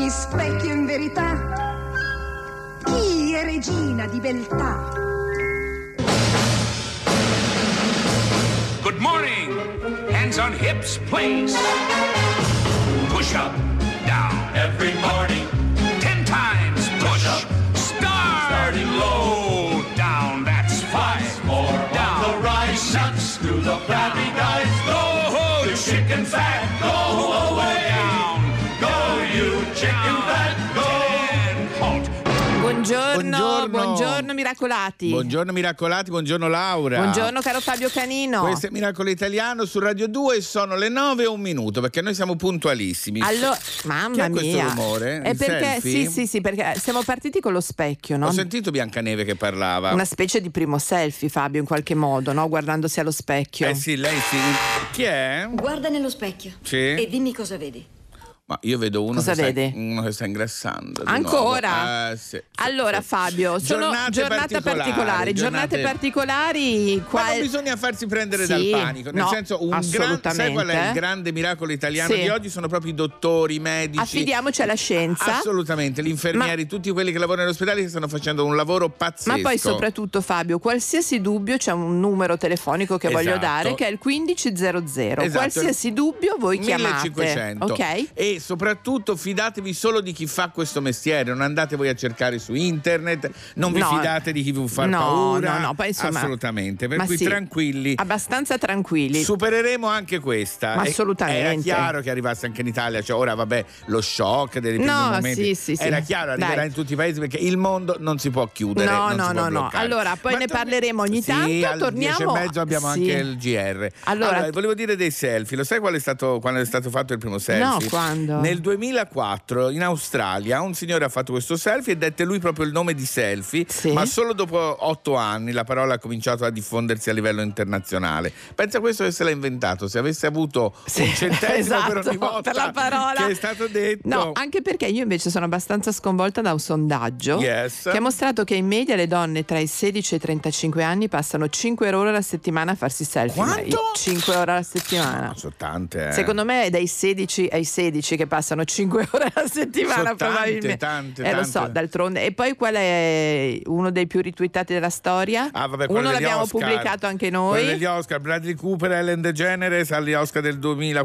Gli specchi in verità, chi è regina di beltà? Good morning. Hands on hips, please. Push up, down. Every morning. 10 times push up. Starting low, down. That's 5 more. Down. On the right, 6 to the flabby guys. Go, the chicken fat. Go away. Down. Go, you chicken fat. Go. 10. Halt. Buongiorno miracolati. Buongiorno miracolati, buongiorno Laura. Buongiorno caro Fabio Canino. Questo è Miracolo Italiano su Radio 2 e sono le 9:01 perché noi siamo puntualissimi. Allora, mamma che è mia. questo rumore? È Il perché selfie? sì, perché siamo partiti con lo specchio, no? Ho sentito Biancaneve che parlava. Una specie di primo selfie, Fabio, in qualche modo, no? Guardandosi allo specchio. Sì, lei sì. Chi è? Guarda nello specchio. Sì. E dimmi cosa vedi. Ma io vedo uno Cosa che vedi? uno che sta ingrassando. di Ancora? nuovo. Sì. Allora Fabio, sono giornate particolari. Ma non bisogna farsi prendere Sì, dal panico, nel no, senso sai qual è il grande miracolo italiano Sì. di oggi? Sono proprio i dottori, i medici. Affidiamoci alla scienza. Assolutamente, gli infermieri, tutti quelli che lavorano negli ospedali che stanno facendo un lavoro pazzesco. Ma poi soprattutto Fabio, qualsiasi dubbio, c'è un numero telefonico che voglio dare che è il 1500. Esatto. Qualsiasi dubbio voi chiamate. 1500. Ok? E soprattutto fidatevi solo di chi fa questo mestiere, non andate voi a cercare su internet, non vi fidate di chi vi fa paura. No, poi insomma, assolutamente, per cui tranquilli. Abbastanza tranquilli. Supereremo anche questa. Ma assolutamente. Era chiaro che arrivasse anche in Italia, cioè ora vabbè, lo shock dei primi momenti. Sì. Era chiaro, arriverà in tutti i paesi perché il mondo non si può chiudere. No. Allora, poi ne parleremo ogni tanto. Sì, alle torniamo 10:30 abbiamo anche il GR. Allora, volevo dire dei selfie. Lo sai quando è stato fatto il primo selfie? No, quando? Nel 2004 in Australia un signore ha fatto questo selfie e dette lui proprio il nome di selfie, ma solo dopo 8 anni la parola ha cominciato a diffondersi a livello internazionale. Pensa a questo che se l'ha inventato, se avesse avuto un centesimo per ogni volta per la parola che è stato detto. No, anche perché io invece sono abbastanza sconvolta da un sondaggio che ha mostrato che in media le donne tra i 16 e i 35 anni passano 5 ore alla settimana a farsi selfie. Quanto? 5 ore alla settimana. Sono tante. Secondo me è dai 16 ai 16 che passano 5 ore alla settimana, probabilmente. Tante. Lo so, d'altronde. E poi qual è uno dei più ritweetati della storia? Uno l'abbiamo pubblicato anche noi. Quello degli Oscar, Bradley Cooper e Ellen DeGeneres agli Oscar del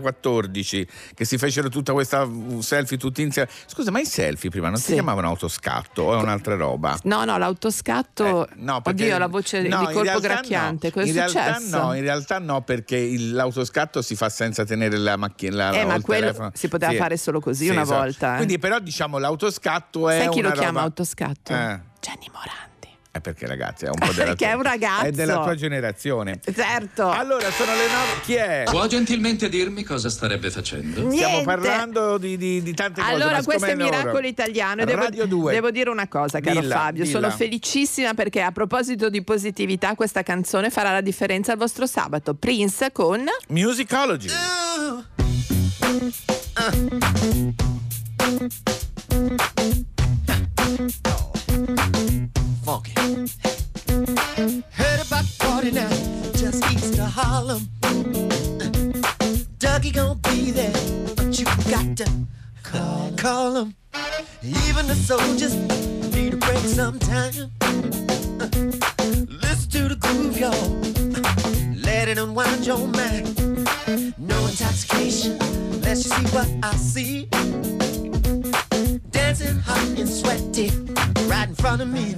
2014, che si fecero tutta questa selfie tutti insieme. Scusa, ma i selfie prima non si chiamavano autoscatto o è un'altra roba? No, l'autoscatto. No, perché, oddio, la voce di colpo gracchiante. Cosa è successo? In realtà no, perché l'autoscatto si fa senza tenere la macchina. Ma quello telefono. si poteva fare solo così una volta. Quindi, però, diciamo, l'autoscatto è. Sai chi una lo chiama roba... autoscatto? Gianni Morandi. Perché ragazzi è un po' della perché è un ragazzo. È della tua generazione. Certo. Allora sono le 9. Chi è? Può gentilmente dirmi cosa starebbe facendo? Niente. Stiamo parlando di tante cose. Allora questo è Miracolo Italiano e Radio 2. devo dire una cosa, caro Fabio. Sono felicissima perché a proposito di positività questa canzone farà la differenza al vostro sabato. Prince con Musicology. Funky. Heard about the party now, just east of Harlem. Dougie gon' be there, but you got to call him. Even the soldiers need a break sometime. Listen to the groove, y'all. Let it unwind your mind. No intoxication, let's just see what I see. Dancing hot and sweaty, right in front of me,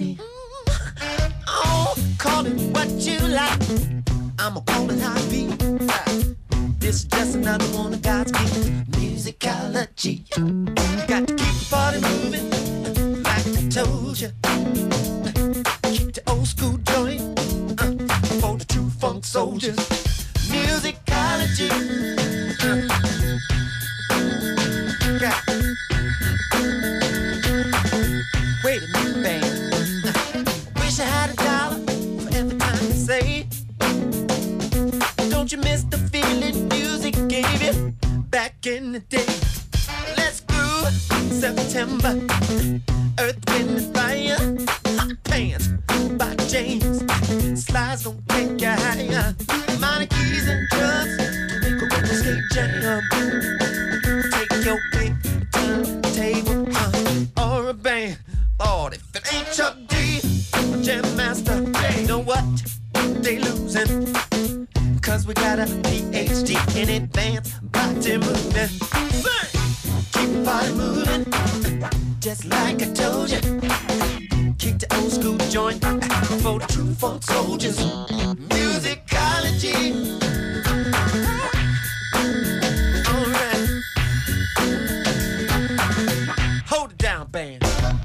Oh, call it what you like, I'ma call it how it be. This is just another one of God's gift, musicology. Got to keep the party moving, like I told you. Keep the old school joint, for the true funk soldiers. Musicology. Wait a minute, babe. Wish I had $1 for every time you say. Don't you miss the feeling music gave you back in the day? Let's groove September. Earth, Wind and Fire. Hot Pants by James. Slides don't take you higher. Minor keys and drugs to make a roller skate jam. Take your pick, turntable. Just like I told you, kick the old school joint for the true folk soldiers. Musicology. All right. Hold it down, band.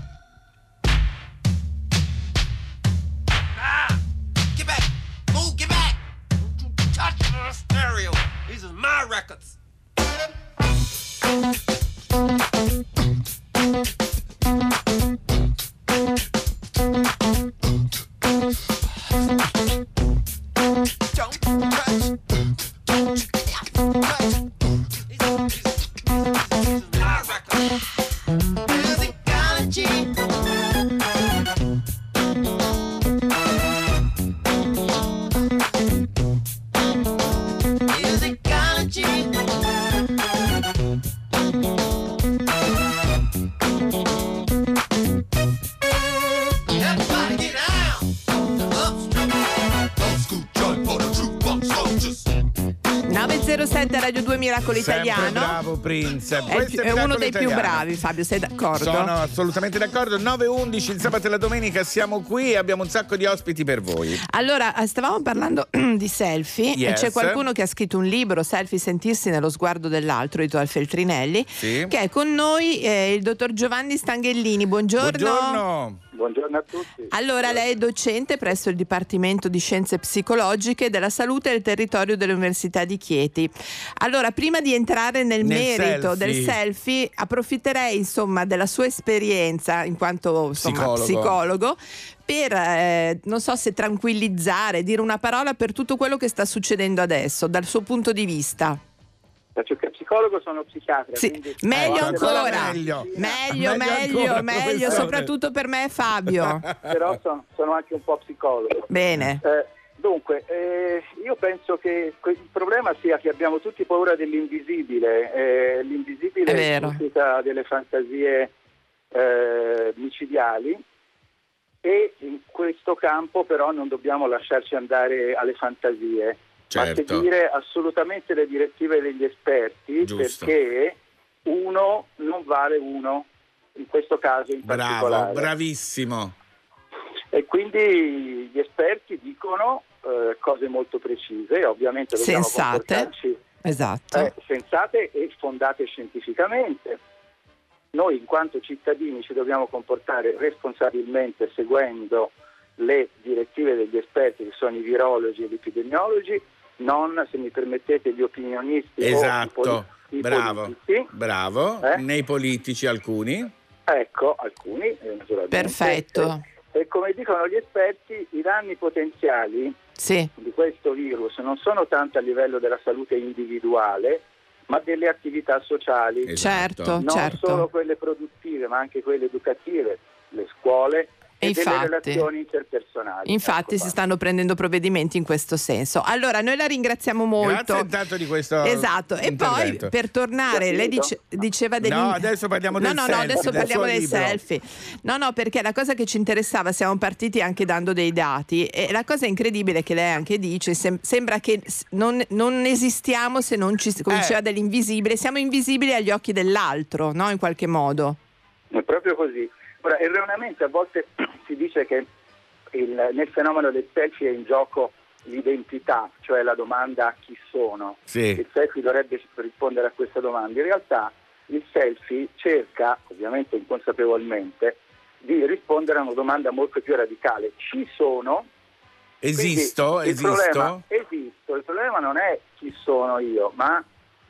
Get back. Move, get back. Don't you touch my stereo. These are my records. Radio 2 Miracolo Italiano. Bravo Prince. È uno dei più bravi, Fabio, sei d'accordo? Sono assolutamente d'accordo. 9-11 il sabato e la domenica siamo qui e abbiamo un sacco di ospiti per voi. Allora, stavamo parlando di selfie. Yes. C'è qualcuno che ha scritto un libro, Selfie, sentirsi nello sguardo dell'altro, edito dal Feltrinelli, sì, che è con noi il dottor Giovanni Stanghellini. Buongiorno. Buongiorno a tutti. Allora, lei è docente presso il Dipartimento di Scienze Psicologiche della Salute del Territorio dell'Università di Chieti. Allora, prima di entrare nel merito del selfie, approfitterei insomma della sua esperienza in quanto psicologo per, non so se tranquillizzare, dire una parola per tutto quello che sta succedendo adesso, dal suo punto di vista. Faccio che psicologo, sono psichiatra. Sì, quindi... meglio ancora. Meglio, soprattutto per me e Fabio. Però sono anche un po' psicologo. Bene. Dunque, io penso che il problema sia che abbiamo tutti paura dell'invisibile. L'invisibile suscita delle fantasie micidiali, e in questo campo però non dobbiamo lasciarci andare alle fantasie. Certo. Ma seguire assolutamente le direttive degli esperti. Giusto. Perché uno non vale uno, in questo caso in particolare. Bravissimo. E quindi gli esperti dicono cose molto precise, ovviamente dobbiamo comportarci sensate e fondate scientificamente. Noi in quanto cittadini ci dobbiamo comportare responsabilmente seguendo le direttive degli esperti, che sono i virologi e gli epidemiologi, non, se mi permettete, gli opinionisti o i politici. Bravo, nei politici alcuni. Ecco, alcuni naturalmente. Perfetto. E come dicono gli esperti, i danni potenziali di questo virus non sono tanto a livello della salute individuale, ma delle attività sociali. Certo, non solo quelle produttive, ma anche quelle educative, le scuole e delle relazioni interpersonali. Infatti si stanno prendendo provvedimenti in questo senso. Allora, noi la ringraziamo molto. Grazie intanto di questo E poi, per tornare, lei diceva degli... No, adesso parliamo del selfie. Adesso parliamo del selfie. No, perché la cosa che ci interessava, siamo partiti anche dando dei dati, e la cosa incredibile che lei anche dice, sembra che non esistiamo se non ci, come diceva, dell'invisibile, siamo invisibili agli occhi dell'altro, no? In qualche modo. È proprio così. Ora, erroneamente a volte si dice che nel fenomeno del selfie è in gioco l'identità, cioè la domanda chi sono. Il selfie dovrebbe rispondere a questa domanda. In realtà il selfie cerca, ovviamente inconsapevolmente, di rispondere a una domanda molto più radicale. Ci sono? Esisto? Esisto. Il problema non è chi sono io, ma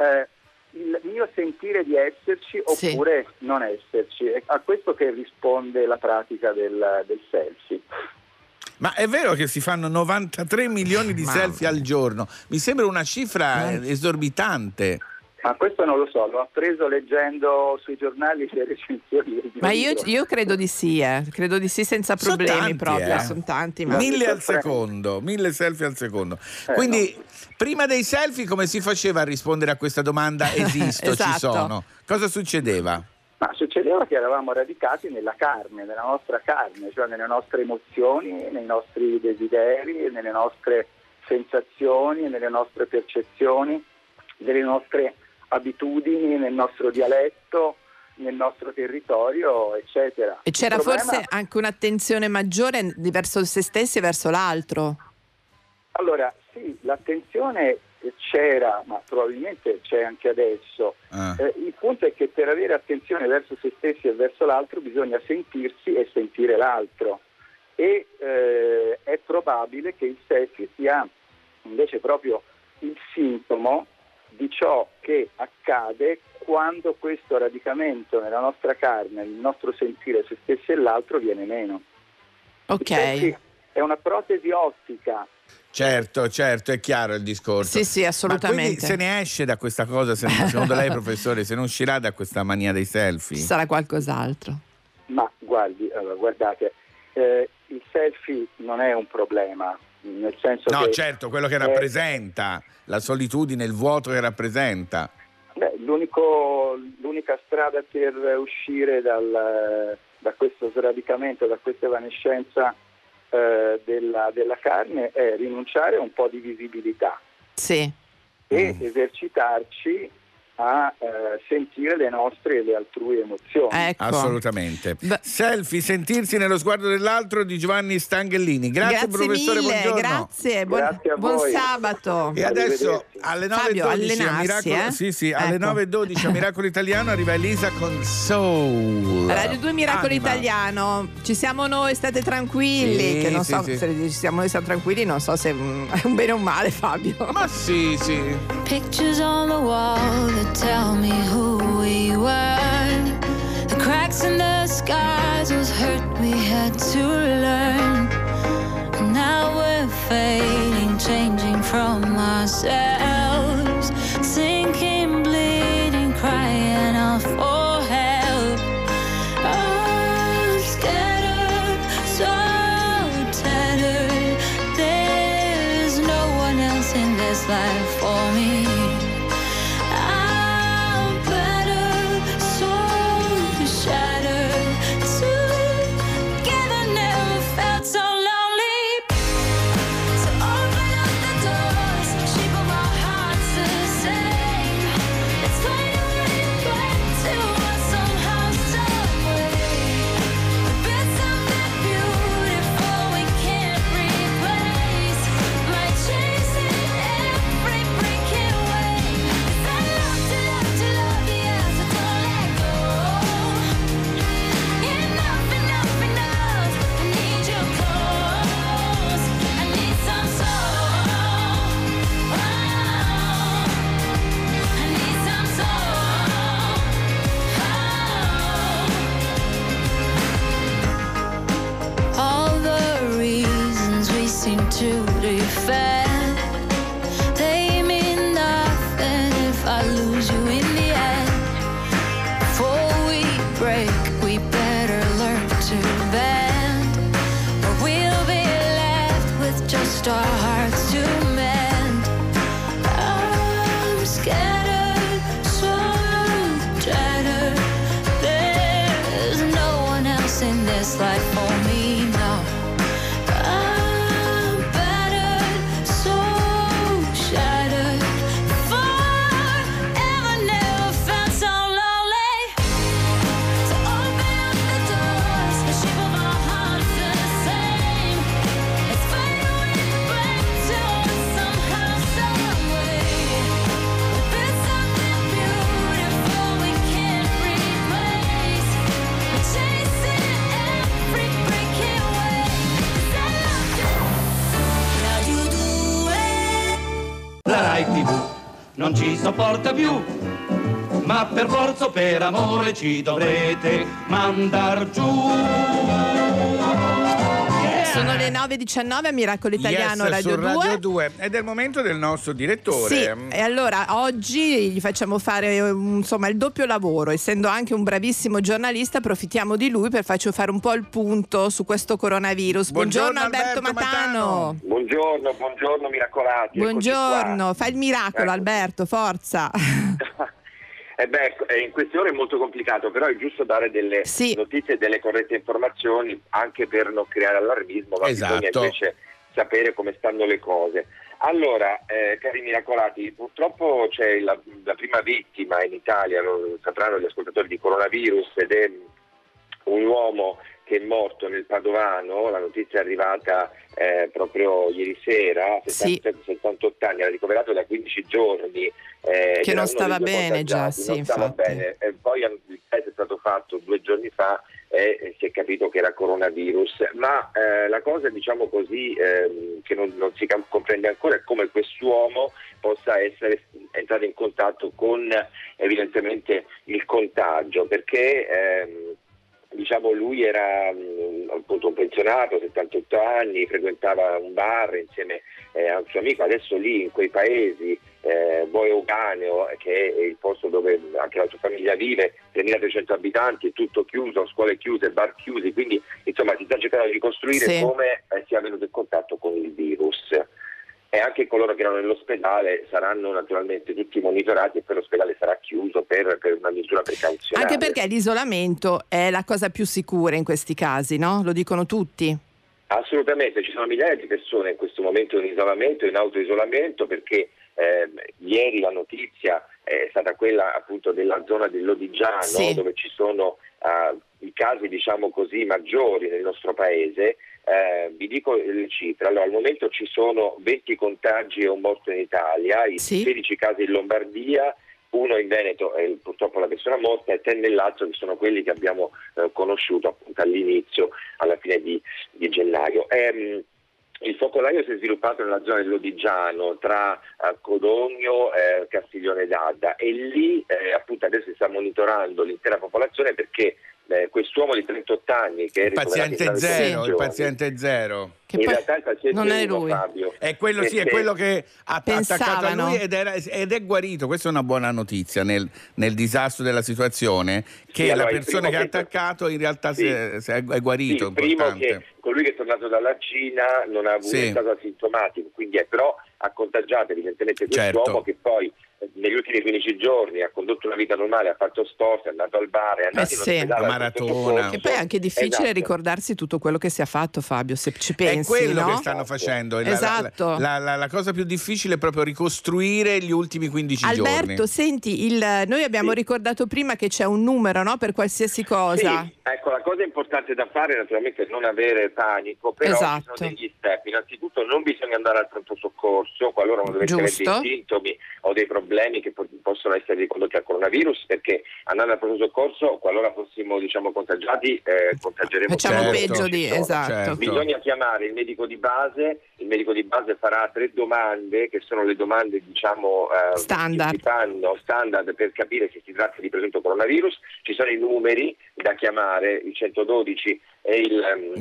il mio sentire di esserci oppure non esserci. È a questo che risponde la pratica del selfie. Ma è vero che si fanno 93 milioni di selfie al giorno? Mi sembra una cifra esorbitante. Ma questo non lo so, l'ho appreso leggendo sui giornali le recensioni. Ma io credo di sì, credo di sì, senza problemi, sono tanti. Ma 1000 al secondo, 1000 selfie al secondo. Quindi prima dei selfie come si faceva a rispondere a questa domanda esisto, ci sono? Cosa succedeva? Ma succedeva che eravamo radicati nella carne, nella nostra carne, cioè nelle nostre emozioni, nei nostri desideri, nelle nostre sensazioni, nelle nostre percezioni, nelle nostre abitudini, nel nostro dialetto, nel nostro territorio, eccetera. E c'era forse anche un'attenzione maggiore verso se stessi e verso l'altro? Allora, sì, l'attenzione c'era, ma probabilmente c'è anche adesso. Il punto è che per avere attenzione verso se stessi e verso l'altro bisogna sentirsi e sentire l'altro. E è probabile che il selfie sia invece proprio il sintomo di ciò che accade quando questo radicamento nella nostra carne, il nostro sentire se stessi e l'altro viene meno. Ok. È una protesi ottica. Certo, è chiaro il discorso. Sì, assolutamente. Ma quindi se ne esce da questa cosa, secondo lei, professore, se ne uscirà da questa mania dei selfie? Sarà qualcos'altro. Ma guardate, il selfie non è un problema, nel senso che... No, certo, quello che rappresenta, la solitudine, il vuoto che rappresenta. L'unica strada per uscire da questo sradicamento, da questa evanescenza della carne è rinunciare a un po' di visibilità. Sì. E esercitarci a sentire le nostre e le altrui emozioni. Ecco. Assolutamente. Selfie, sentirsi nello sguardo dell'altro, di Giovanni Stanghellini. Grazie professore, mille, buongiorno. Grazie a buon voi. sabato. E adesso alle 9:12 alle 9:12 a Miracolo Italiano arriva Elisa con Soul. Radio 2 Miracolo Italiano. Ci siamo noi, state tranquilli. Che non so se ci siamo noi, siamo tranquilli, non so se è un bene o un male, Fabio. Ma sì. Pictures on the wall that tell me who we were. The cracks in the skies was hurt we had to learn. Now we're fading, changing from ourselves, sinking, bleeding, crying out for help. I'm scattered, so tattered. There's no one else in this life for me. To defend, they mean nothing if I lose you in the end. Before we break, we better learn to bend, or we'll be left with just our hearts to mend. I'm scattered, so tattered. There's no one else in this life for me now. Non ci sopporta più, ma per forza o per amore ci dovrete mandar giù. Sono le 9:19 a Miracolo Italiano, Radio 2. Radio 2. Ed è il momento del nostro direttore. Sì, e allora oggi gli facciamo fare il doppio lavoro. Essendo anche un bravissimo giornalista, approfittiamo di lui per farci fare un po' il punto su questo coronavirus. Buongiorno Alberto Matano. Buongiorno miracolati. Buongiorno, fai il miracolo Alberto, forza. In queste ore è molto complicato, però è giusto dare delle notizie e delle corrette informazioni anche per non creare allarmismo, ma bisogna invece sapere come stanno le cose. Allora, cari miracolati, purtroppo c'è la prima vittima in Italia, lo sapranno gli ascoltatori, di coronavirus, ed è un uomo che è morto nel Padovano. La notizia è arrivata proprio ieri sera, 78 anni, era ricoverato da 15 giorni. Che non stava bene già, sì, non stava bene. Poi il test è stato fatto 2 giorni fa e si è capito che era coronavirus, ma la cosa, diciamo così, che non si comprende ancora è come quest'uomo possa essere entrato in contatto con evidentemente il contagio, perché diciamo lui era appunto un pensionato, 78 anni, frequentava un bar insieme a un suo amico. Adesso lì in quei paesi, Boeuganeo, che è il posto dove anche la sua famiglia vive, 3.300 abitanti, è tutto chiuso, scuole chiuse, bar chiusi, quindi insomma si sta cercando di ricostruire come sia venuto in contatto con il virus. E anche coloro che erano nell'ospedale saranno naturalmente tutti monitorati e poi l'ospedale sarà chiuso per una misura precauzionale. Anche perché l'isolamento è la cosa più sicura in questi casi, no? Lo dicono tutti. Assolutamente, ci sono migliaia di persone in questo momento in isolamento, in autoisolamento, perché ieri la notizia è stata quella appunto della zona dell'Odigiano, dove ci sono i casi, diciamo così, maggiori nel nostro paese. Vi dico le cifre. Allora, al momento ci sono 20 contagi e un morto in Italia, 16 casi in Lombardia, 1 in Veneto e purtroppo la persona morta, e 3 nel Lazio, che sono quelli che abbiamo conosciuto appunto all'inizio, alla fine di gennaio. Il focolaio si è sviluppato nella zona dell'Odigiano, tra Codogno e Castiglione d'Adda, e lì appunto adesso si sta monitorando l'intera popolazione, perché quest'uomo di 38 anni che è il paziente zero, che in realtà il paziente non è lui, Fabio, è quello, è quello che ha attaccato a lui ed è guarito. Questa è una buona notizia nel disastro della situazione, che la persona che ha attaccato in realtà è guarito. Il primo, che colui che è tornato dalla Cina non ha avuto, è stato asintomatico, quindi però ha contagiato evidentemente quest'uomo, che poi negli ultimi 15 giorni ha condotto una vita normale, ha fatto sport, è andato al bar, è andato in ospedale, maratona. E poi è anche difficile ricordarsi tutto quello che si è fatto, Fabio, se ci pensi. È quello che stanno facendo. Esatto. La cosa più difficile è proprio ricostruire gli ultimi 15 giorni. Alberto, senti, noi abbiamo ricordato prima che c'è un numero, no, per qualsiasi cosa. Sì, ecco, la cosa importante da fare naturalmente è non avere panico, però ci sono degli step. Innanzitutto non bisogna andare al pronto soccorso qualora uno dovesse avere dei sintomi o dei problemi che possono essere ricondotti al coronavirus, perché andando al pronto soccorso, qualora fossimo, diciamo, contagiati, contagieremo. Facciamo peggio di esatto. Bisogna chiamare il medico di base. Il medico di base farà 3 domande, che sono le domande, diciamo, standard. Che si fanno standard per capire se si tratta di presunto coronavirus. Ci sono i numeri da chiamare, il 112 e il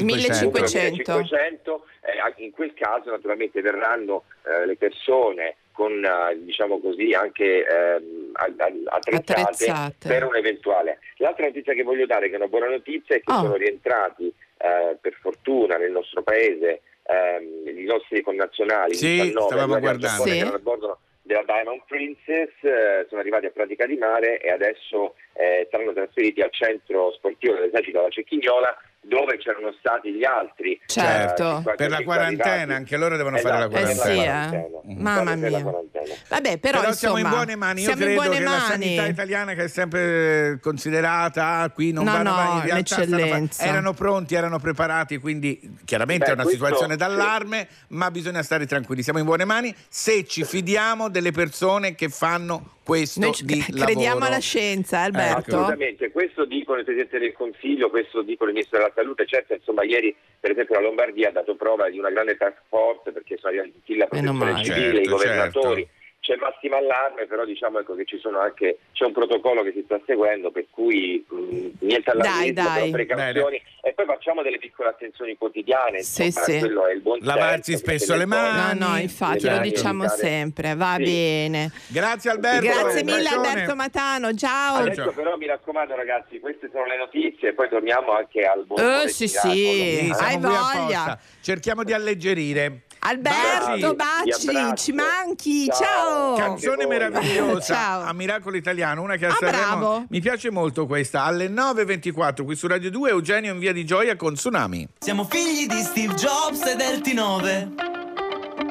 1500. In quel caso naturalmente verranno le persone con, diciamo così, anche attrezzate per un eventuale. L'altra notizia che voglio dare, che è una buona notizia, è che sono rientrati per fortuna nel nostro paese i nostri connazionali. Stavamo guardando, che erano a bordo della Diamond Princess, sono arrivati a Pratica di Mare e adesso saranno trasferiti al centro sportivo dell'esercito alla Cecchignola, dove c'erano stati gli altri. Certo, per la quarantena, anche loro devono fare la quarantena. Mamma mia. Vabbè, però insomma, siamo in buone mani. Io credo che la sanità italiana, che è sempre considerata qui non vanno mai, in realtà erano pronti, erano preparati, quindi chiaramente è una situazione d'allarme, ma bisogna stare tranquilli, siamo in buone mani se ci fidiamo delle persone che fanno questo di lavoro. Crediamo alla scienza, Alberto. Assolutamente, questo dicono il Presidente del Consiglio, questo dicono il Ministro della Salute. Certo, insomma, ieri per esempio la Lombardia ha dato prova di una grande task force, perché sono arrivati tutti la protezione civile, i governatori. C'è massimo allarme, però diciamo che c'è un protocollo che si sta seguendo, per cui niente allarmismo, però precauzioni. E poi facciamo delle piccole attenzioni quotidiane, quello è il buon senso. Lavarsi spesso le mani. No, infatti lo diciamo sempre, va bene. Grazie Alberto. Grazie mille Alberto Matano, ciao. Adesso però mi raccomando ragazzi, queste sono le notizie, e poi torniamo anche al buon sì, hai voglia. Cerchiamo di alleggerire. Alberto, baci, ci manchi, ciao. Canzone meravigliosa, ciao. A Miracolo Italiano, una che a Sanremo mi piace molto questa, alle 9.24 qui su Radio 2, Eugenio in Via di Gioia con Tsunami. Siamo figli di Steve Jobs e del T9,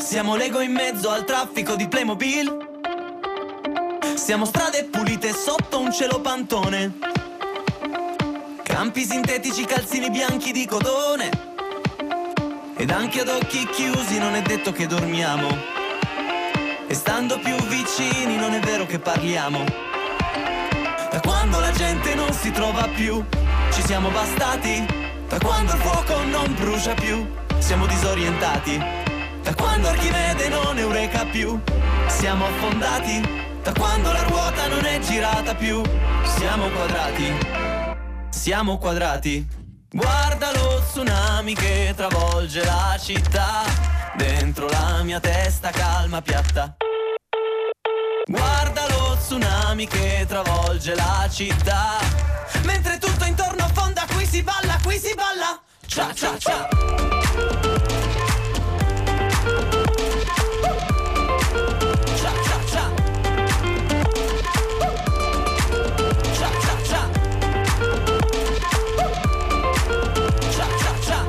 Siamo Lego in mezzo al traffico di Playmobil. Siamo strade pulite sotto un cielo pantone. Campi sintetici, calzini bianchi di cotone. Ed anche ad occhi chiusi non è detto che dormiamo. E stando più vicini non è vero che parliamo. Da quando la gente non si trova più, ci siamo bastati. Da quando il fuoco non brucia più, siamo disorientati. Da quando Archimede non eureka più, siamo affondati. Da quando la ruota non è girata più, siamo quadrati. Siamo quadrati. Guarda lo tsunami che travolge la città. Dentro la mia testa calma piatta. Guarda lo tsunami che travolge la città. Mentre tutto intorno affonda, qui si balla, qui si balla. Cia cia cia. Cia cia cia. Cia cia cia. Cia cia cia.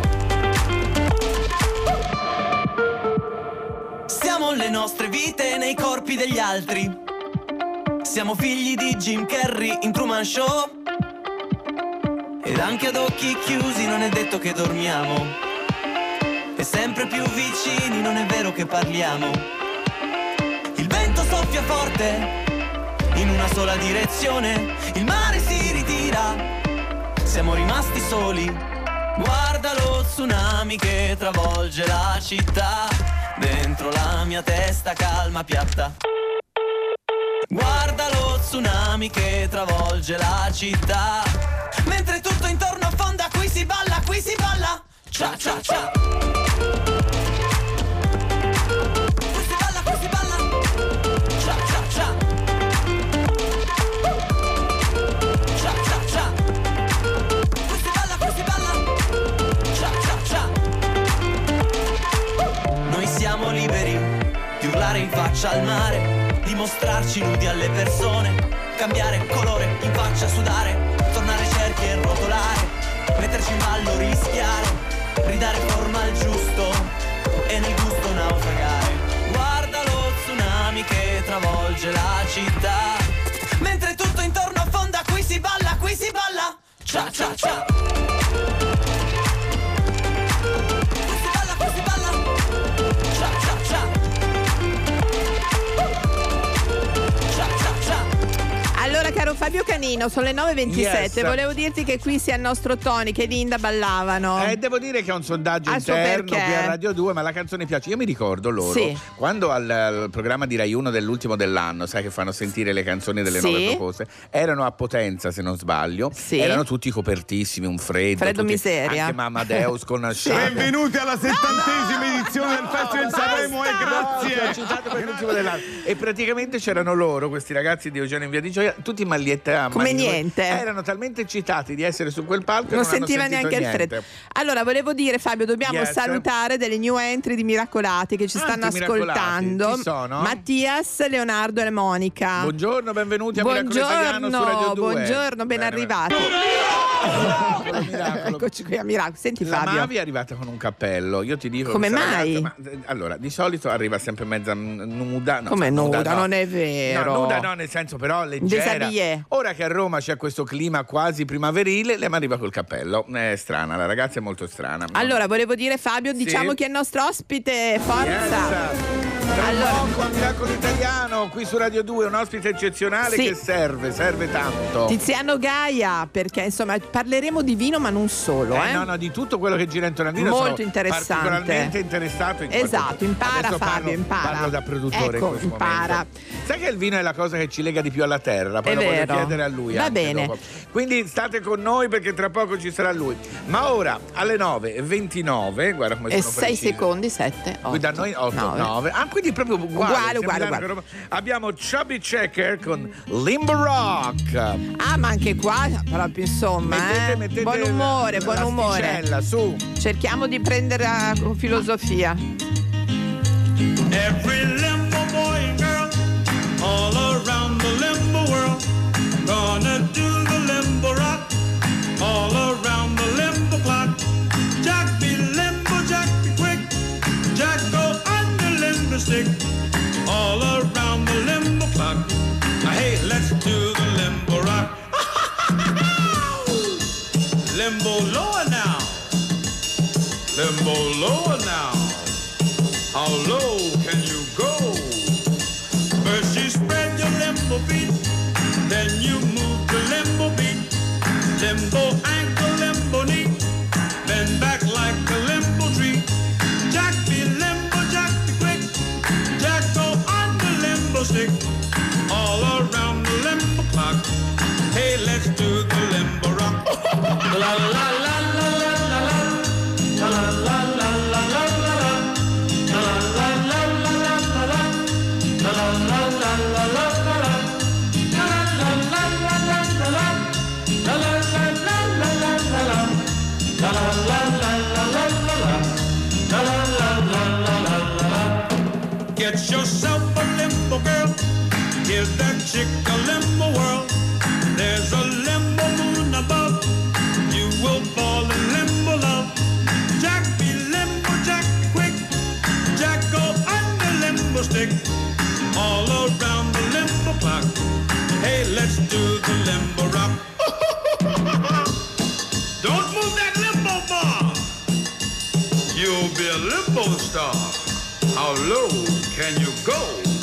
Siamo le nostre vite nei corpi degli altri. Siamo figli di Jim Carrey in Truman Show. Ed anche ad occhi chiusi non è detto che dormiamo. E sempre più vicini non è vero che parliamo. Il vento soffia forte in una sola direzione. Il mare si ritira. Siamo rimasti soli. Guarda lo tsunami che travolge la città. Dentro la mia testa calma piatta. Guarda lo tsunami che travolge la città. Mentre tutto intorno affonda, qui si balla, qui si balla. Cia cia cia. Qui si balla, qui si balla. Cia cia cia. Cia cia cia. Qui si balla, qui si balla. Cia cia cia. Noi siamo liberi di urlare in faccia al mare, di mostrarci nudi alle persone, cambiare colore in faccia, sudare, tornare cerchi e rotolare, metterci in ballo, rischiare, ridare forma al giusto e nel gusto naufragare. Guarda lo tsunami che travolge la città. Mentre tutto intorno affonda, qui si balla, qui si balla. Cia cia cia. Qui si balla, qui si balla. Cia cia cia. Allora, caro Fabio Canino, sono le 9.27. Yes. Volevo dirti che qui sia il nostro Tony che Linda ballavano. Devo dire che è un sondaggio interno qui a Radio 2, ma la canzone piace. Io mi ricordo loro quando al programma di Rai 1 dell'ultimo dell'anno, sai che fanno sentire le canzoni delle nuove proposte, erano a Potenza, se non sbaglio, erano tutti copertissimi, un freddo tutti, miseria. Anche Mamma Deus con Benvenuti alla 70ª edizione del Festival di Sanremo e grazie. E praticamente c'erano loro, questi ragazzi di Eugenio in Via di Gioia, tutti in maglietta come niente. Erano talmente eccitati di essere su quel palco non che sentiva neanche il freddo. Allora volevo dire, Fabio, dobbiamo salutare delle new entry di Miracolati che ci stanno ascoltando. Chi sono? Mattias, Leonardo e Monica. Buongiorno, benvenuti a Miracolo Italiano su Radio 2. Buongiorno, ben arrivati. Eccoci qui a Miracolo. Senti Fabio, la Mavi è arrivata con un cappello. Io ti dico come mai? Allora, di solito arriva sempre mezza nuda. Come nuda? No. Non è vero. No, nuda no, nel senso però leggera. Ora che a Roma c'è questo clima quasi primaverile, lei mi arriva col cappello. È strana, la ragazza è molto strana. Allora, volevo dire, Fabio, diciamo chi è il nostro ospite. Forza! Allora, a Miracolo Italiano qui su Radio 2, un ospite eccezionale che serve tanto. Tiziano Gaia, perché insomma parleremo di vino, ma non solo. No, di tutto quello che gira intorno al vino. Molto interessante. Particolarmente interessato in esatto, impara Fabio, impara. Parlo da produttore, ecco, impara. Momento. Sai che il vino è la cosa che ci lega di più alla terra? Poi è lo vero. voglio chiedere a lui. Va bene. Dopo. Quindi state con noi perché tra poco ci sarà lui. Ma ora alle 9:29, guarda come sono 6 secondi, 7, 8. Qui da noi 8, 9. Ah, quindi proprio uguale. Abbiamo Chubby Checker con Limbo Rock. Ah, ma anche qua proprio insomma, mettete buon umore, buon umore. Su. Cerchiamo di prendere con filosofia. Every limbo boy and girl all around the limbo world gonna do the limbo rock all around the limbo clock. Jack be limbo, Jack be quick, Jack go under limbo. let's do the limbo rock. La la la la la la la la la la la la la la la la Get yourself a limbo girl, give that chick a limbo world. There's a limbo moon above, you will fall in limbo love. Jack be limbo, Jack quick, Jack go under limbo stick, all around the limbo clock. Hey, let's do the limbo rock. Don't move that limbo bar, you'll be a limbo star. How low can you go?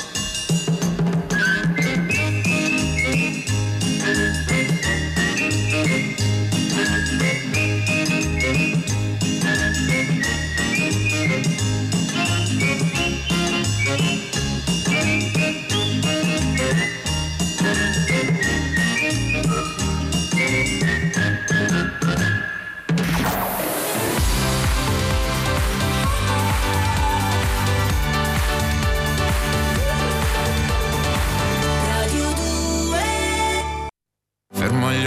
Fermo gli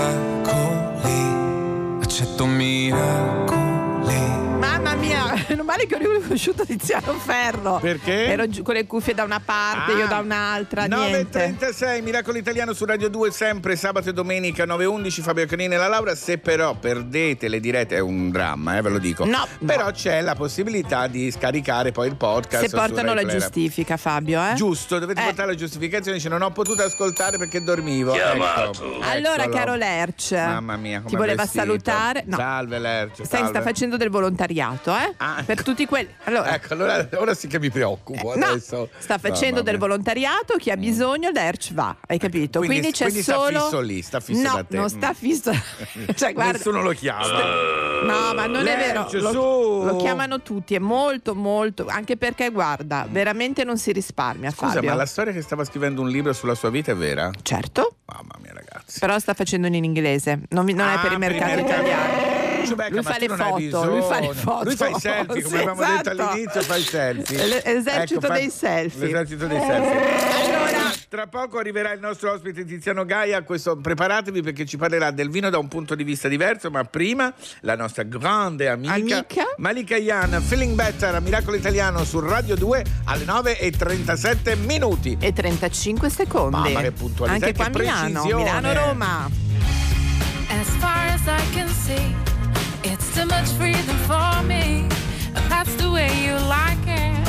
ostacoli, accetto miracoli. Mamma mia, non male che ho riconosciuto Tiziano Ferro. Perché? Ero giù con le cuffie da una parte, io da un'altra, niente. 9.36, Miracolo Italiano su Radio 2, sempre sabato e domenica 9.11, Fabio Canini e la Laura. Se però perdete le dirette, è un dramma, ve lo dico. No. Però c'è la possibilità di scaricare poi il podcast. Se portano la giustifica, Fabio, Giusto, dovete portare la giustificazione, dice non ho potuto ascoltare perché dormivo. Ecco. Allora, caro Lerch, mamma mia, come ti voleva vestito. salutare. No. Salve Lerch. Sta facendo del volontariato, per tutti quelli. Allora, ecco, ora sì che mi preoccupo. Adesso. Sta facendo del volontariato, chi ha bisogno, Lerch va, hai capito? Quindi c'è solo. Sta fisso lì, sta fisso da te. No, non sta fisso. Cioè, guarda, nessuno lo chiama. No, ma non è vero. Lo chiamano tutti, è molto, molto. Anche perché, guarda, veramente non si risparmia. Scusa, Fabio. ma la storia che stava scrivendo un libro sulla sua vita è vera? Certo. Mamma mia, ragazzi. Però sta facendo in inglese, non è per il mercato italiano. Lui fa le foto, lui fa i selfie, come avevamo detto all'inizio, fa i selfie. L'esercito dei selfie. L'esercito dei selfie. Allora, tra poco arriverà il nostro ospite Tiziano Gaia. Preparatevi perché ci parlerà del vino da un punto di vista diverso, ma prima la nostra grande amica? Malika Yan, Feeling Better a Miracolo Italiano su Radio 2 alle 9:37 minuti e 35 secondi. Mamma, che puntualità, anche qua a Milano-Roma. As far as I can see, it's too much freedom for me. That's the way you like it.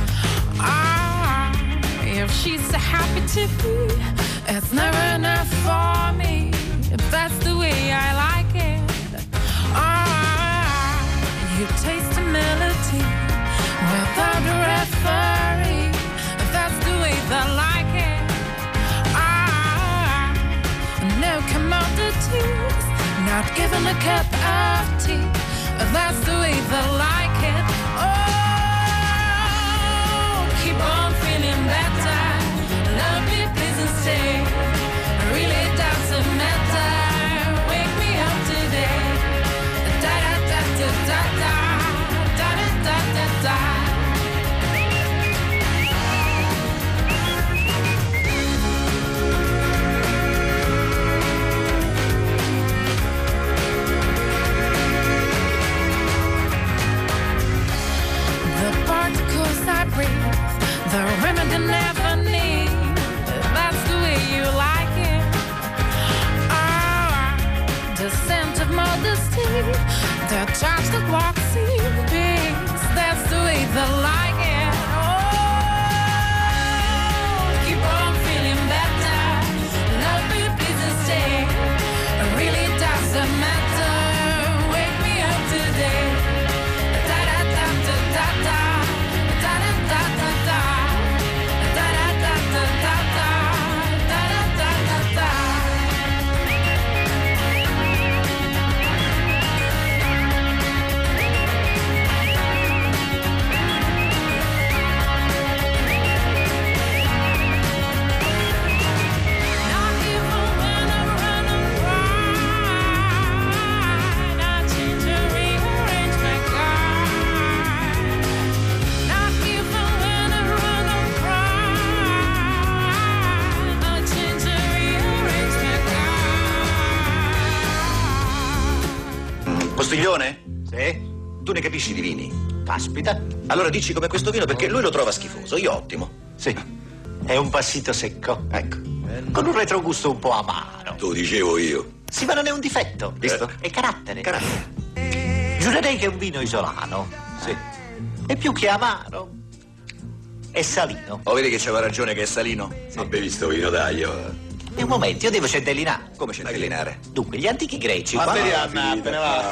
If she's so happy to be, it's never enough for me. If that's the way I like it. You taste the melody without a referee. If that's the way they like it. No commodities, not even a cup of tea. That's the way they like it. Oh, keep on feeling better. Love me, please, and stay. Really doesn't matter. Wake me up today. Da da da da da da da da da da. Particles I breathe, the remedy never need. That's the way you like it. The scent of modesty, the touch that walks in peace. That's the way they like it. Oh, keep on feeling better. Love me, please, and stay. It really doesn't matter. Wake me up today. Da da da da da da. Postiglione? Sì? Tu ne capisci di vini? Caspita. Allora dici come questo vino perché lui lo trova schifoso, io ottimo. Sì. È un passito secco, ecco. Con un retrogusto un po' amaro. Lo dicevo io. Sì, ma non è un difetto, visto? È carattere. Giurerei che è un vino isolano. Sì. E più che amaro, è salino. Oh, vedi che c'aveva ragione che è salino? Sì. Non bevi sto vino, dai, io. E un momento, io devo centellinare. Come centellinare? Dunque, gli antichi greci... Ma te ne va.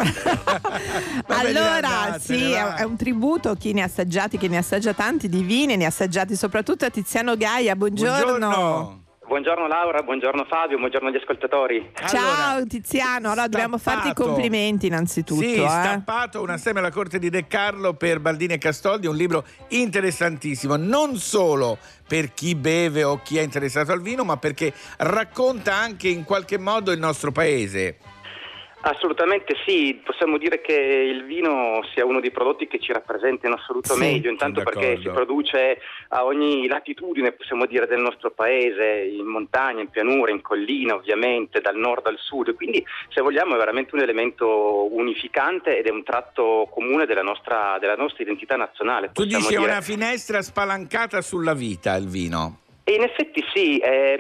Allora, sì, è un tributo, chi ne ha assaggiati, chi ne assaggia tanti di vini, ne ha assaggiati soprattutto a Tiziano Gaia. Buongiorno. Buongiorno Laura, buongiorno Fabio, buongiorno agli ascoltatori. Ciao Tiziano, allora dobbiamo farti i complimenti innanzitutto. Sì, stampato un assieme alla corte di De Carlo per Baldini e Castoldi, un libro interessantissimo, non solo per chi beve o chi è interessato al vino, ma perché racconta anche in qualche modo il nostro paese. Assolutamente sì, possiamo dire che il vino sia uno dei prodotti che ci rappresenta in assoluto meglio, intanto perché si produce a ogni latitudine, possiamo dire, del nostro paese, in montagna, in pianura, in collina ovviamente, dal nord al sud, quindi se vogliamo è veramente un elemento unificante ed è un tratto comune della nostra identità nazionale. Tu dici è una finestra spalancata sulla vita il vino? E in effetti sì,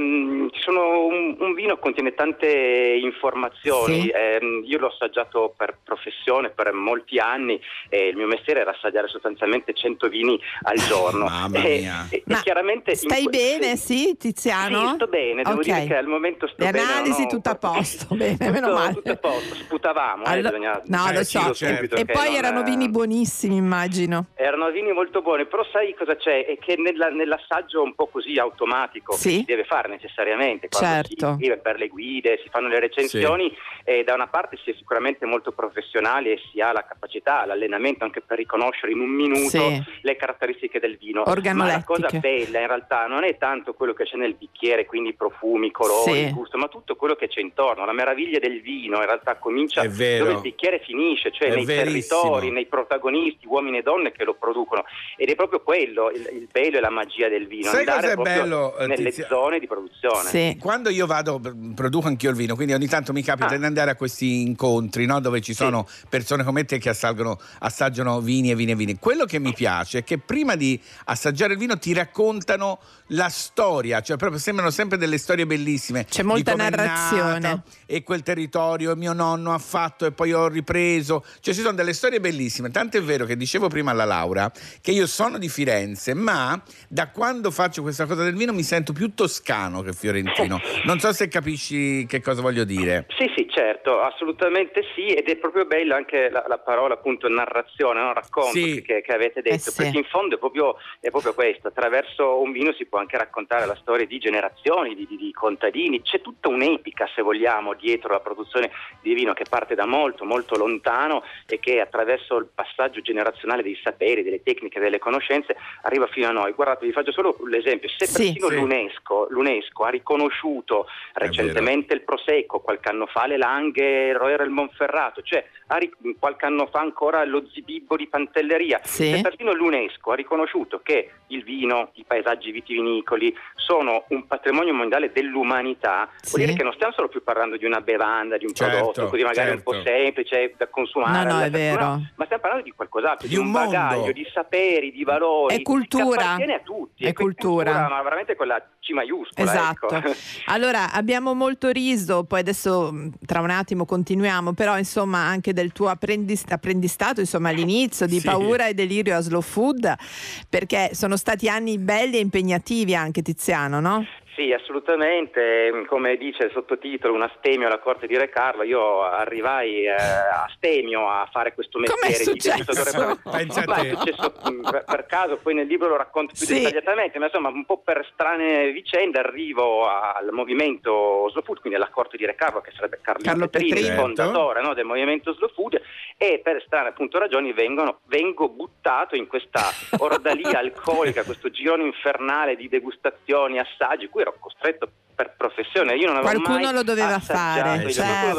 ci sono un vino contiene tante informazioni, sì. Io l'ho assaggiato per professione per molti anni e il mio mestiere era assaggiare sostanzialmente 100 vini al giorno. Mamma mia. E chiaramente stai bene, sì Tiziano? Sì, sto bene, devo dire che al momento sto bene. Le analisi tutto a posto, bene, meno male. Tutto a posto, sputavamo, no, lo so. E poi erano vini buonissimi, immagino. Erano vini molto buoni, però sai cosa c'è? È che nell'assaggio un po' così automatico che si deve fare necessariamente quando si scrive per le guide, si fanno le recensioni, da una parte si è sicuramente molto professionali e si ha la capacità, l'allenamento anche per riconoscere in un minuto le caratteristiche del vino, ma la cosa bella in realtà non è tanto quello che c'è nel bicchiere, quindi profumi, colori, gusto, ma tutto quello che c'è intorno. La meraviglia del vino in realtà comincia dove il bicchiere finisce, cioè nei territori, nei protagonisti, uomini e donne che lo producono, ed è proprio quello il bello e la magia del vino. Sai andare cosa è bello, nelle zone di produzione. Quando io produco anch'io il vino, quindi ogni tanto mi capita di andare a questi incontri, no, dove ci sono persone come te che assaggiano vini e vini e vini. Quello che mi piace è che prima di assaggiare il vino ti raccontano la storia, cioè proprio sembrano sempre delle storie bellissime. C'è molta narrazione. E quel territorio mio nonno ha fatto e poi ho ripreso, cioè ci sono delle storie bellissime. Tanto è vero che dicevo prima alla Laura che io sono di Firenze, ma da quando faccio questa cosa del vino mi sento più toscano che fiorentino. Non so se capisci che cosa voglio dire. Sì, certo, assolutamente sì, ed è proprio bello anche la parola appunto narrazione, no? Racconto che avete detto, perché in fondo è proprio questo. Attraverso un vino si può anche raccontare la storia di generazioni, di contadini. C'è tutta un'epica, se vogliamo, dietro la produzione di vino che parte da molto molto lontano e che attraverso il passaggio generazionale dei saperi, delle tecniche, delle conoscenze arriva fino a noi. Guardate, vi faccio solo l'esempio: se persino l'UNESCO ha riconosciuto recentemente il Prosecco, qualche anno fa le Langhe, il Roero e il Monferrato, cioè qualche anno fa ancora lo Zibibbo di Pantelleria, se persino l'UNESCO ha riconosciuto che il vino, i paesaggi vitivinicoli sono un patrimonio mondiale dell'umanità, vuol dire che non stiamo solo più parlando di una bevanda, di un prodotto così magari un po' semplice da consumare, no, è vero. ma stiamo parlando di qualcos'altro, di un bagaglio, di saperi, di valori, è cultura, che appartiene a tutti, è cultura, ma veramente quella C maiuscola. Esatto. Ecco. Allora abbiamo molto riso, poi adesso tra un attimo continuiamo, però insomma anche del tuo apprendistato, insomma all'inizio di Paura e Delirio a Slow Food, perché sono stati anni belli e impegnativi anche, Tiziano, no? Sì, assolutamente, come dice il sottotitolo, un astemio alla corte di Re Carlo. Io arrivai a Stemio a fare questo mestiere di degustatore. Pensa a te. È successo per caso, poi nel libro lo racconto più dettagliatamente, ma insomma un po' per strane vicende arrivo al movimento Slow Food, quindi alla corte di Re Carlo, che sarebbe Carlo Petrini, il fondatore, no, del movimento Slow Food, e per strane appunto ragioni vengo buttato in questa ordalia alcolica, questo girone infernale di degustazioni, assaggi, cui ero costretto per professione. Io non avevo qualcuno mai lo doveva fare,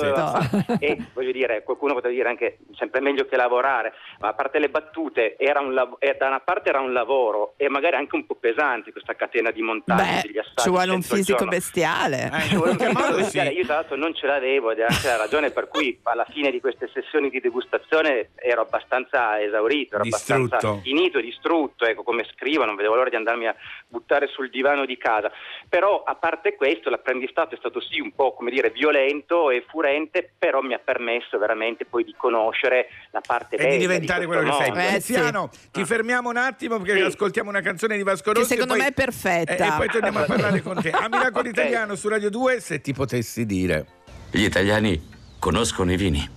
e voglio dire, qualcuno poteva dire anche sempre meglio che lavorare, ma a parte le battute da una parte era un lavoro e magari anche un po' pesante questa catena di montaggio degli assaggi. Ci vuole un fisico bestiale. Io tra l'altro non ce l'avevo, ed è anche la ragione per cui alla fine di queste sessioni di degustazione degustazione ero abbastanza esaurito, ero abbastanza finito, distrutto, ecco, come scrivo, non vedevo l'ora di andarmi a buttare sul divano di casa. Però a parte questo l'apprendistato è stato sì un po', come dire, violento e furente, però mi ha permesso veramente poi di conoscere la parte bella e di diventare quello che sei. Tiziano, ti fermiamo un attimo perché ascoltiamo una canzone di Vasco Rossi che secondo me è perfetta e poi torniamo a parlare con te. A Miracolo Italiano su Radio 2, se ti potessi dire. Gli italiani conoscono i vini.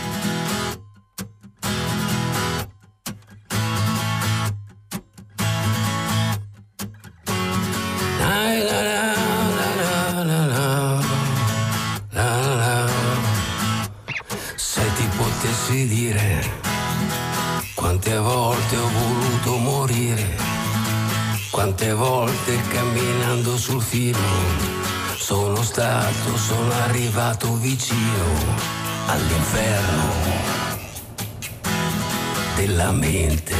Se ti potessi dire quante volte ho voluto morire, quante volte camminando sul filo sono arrivato vicino all'inferno della mente,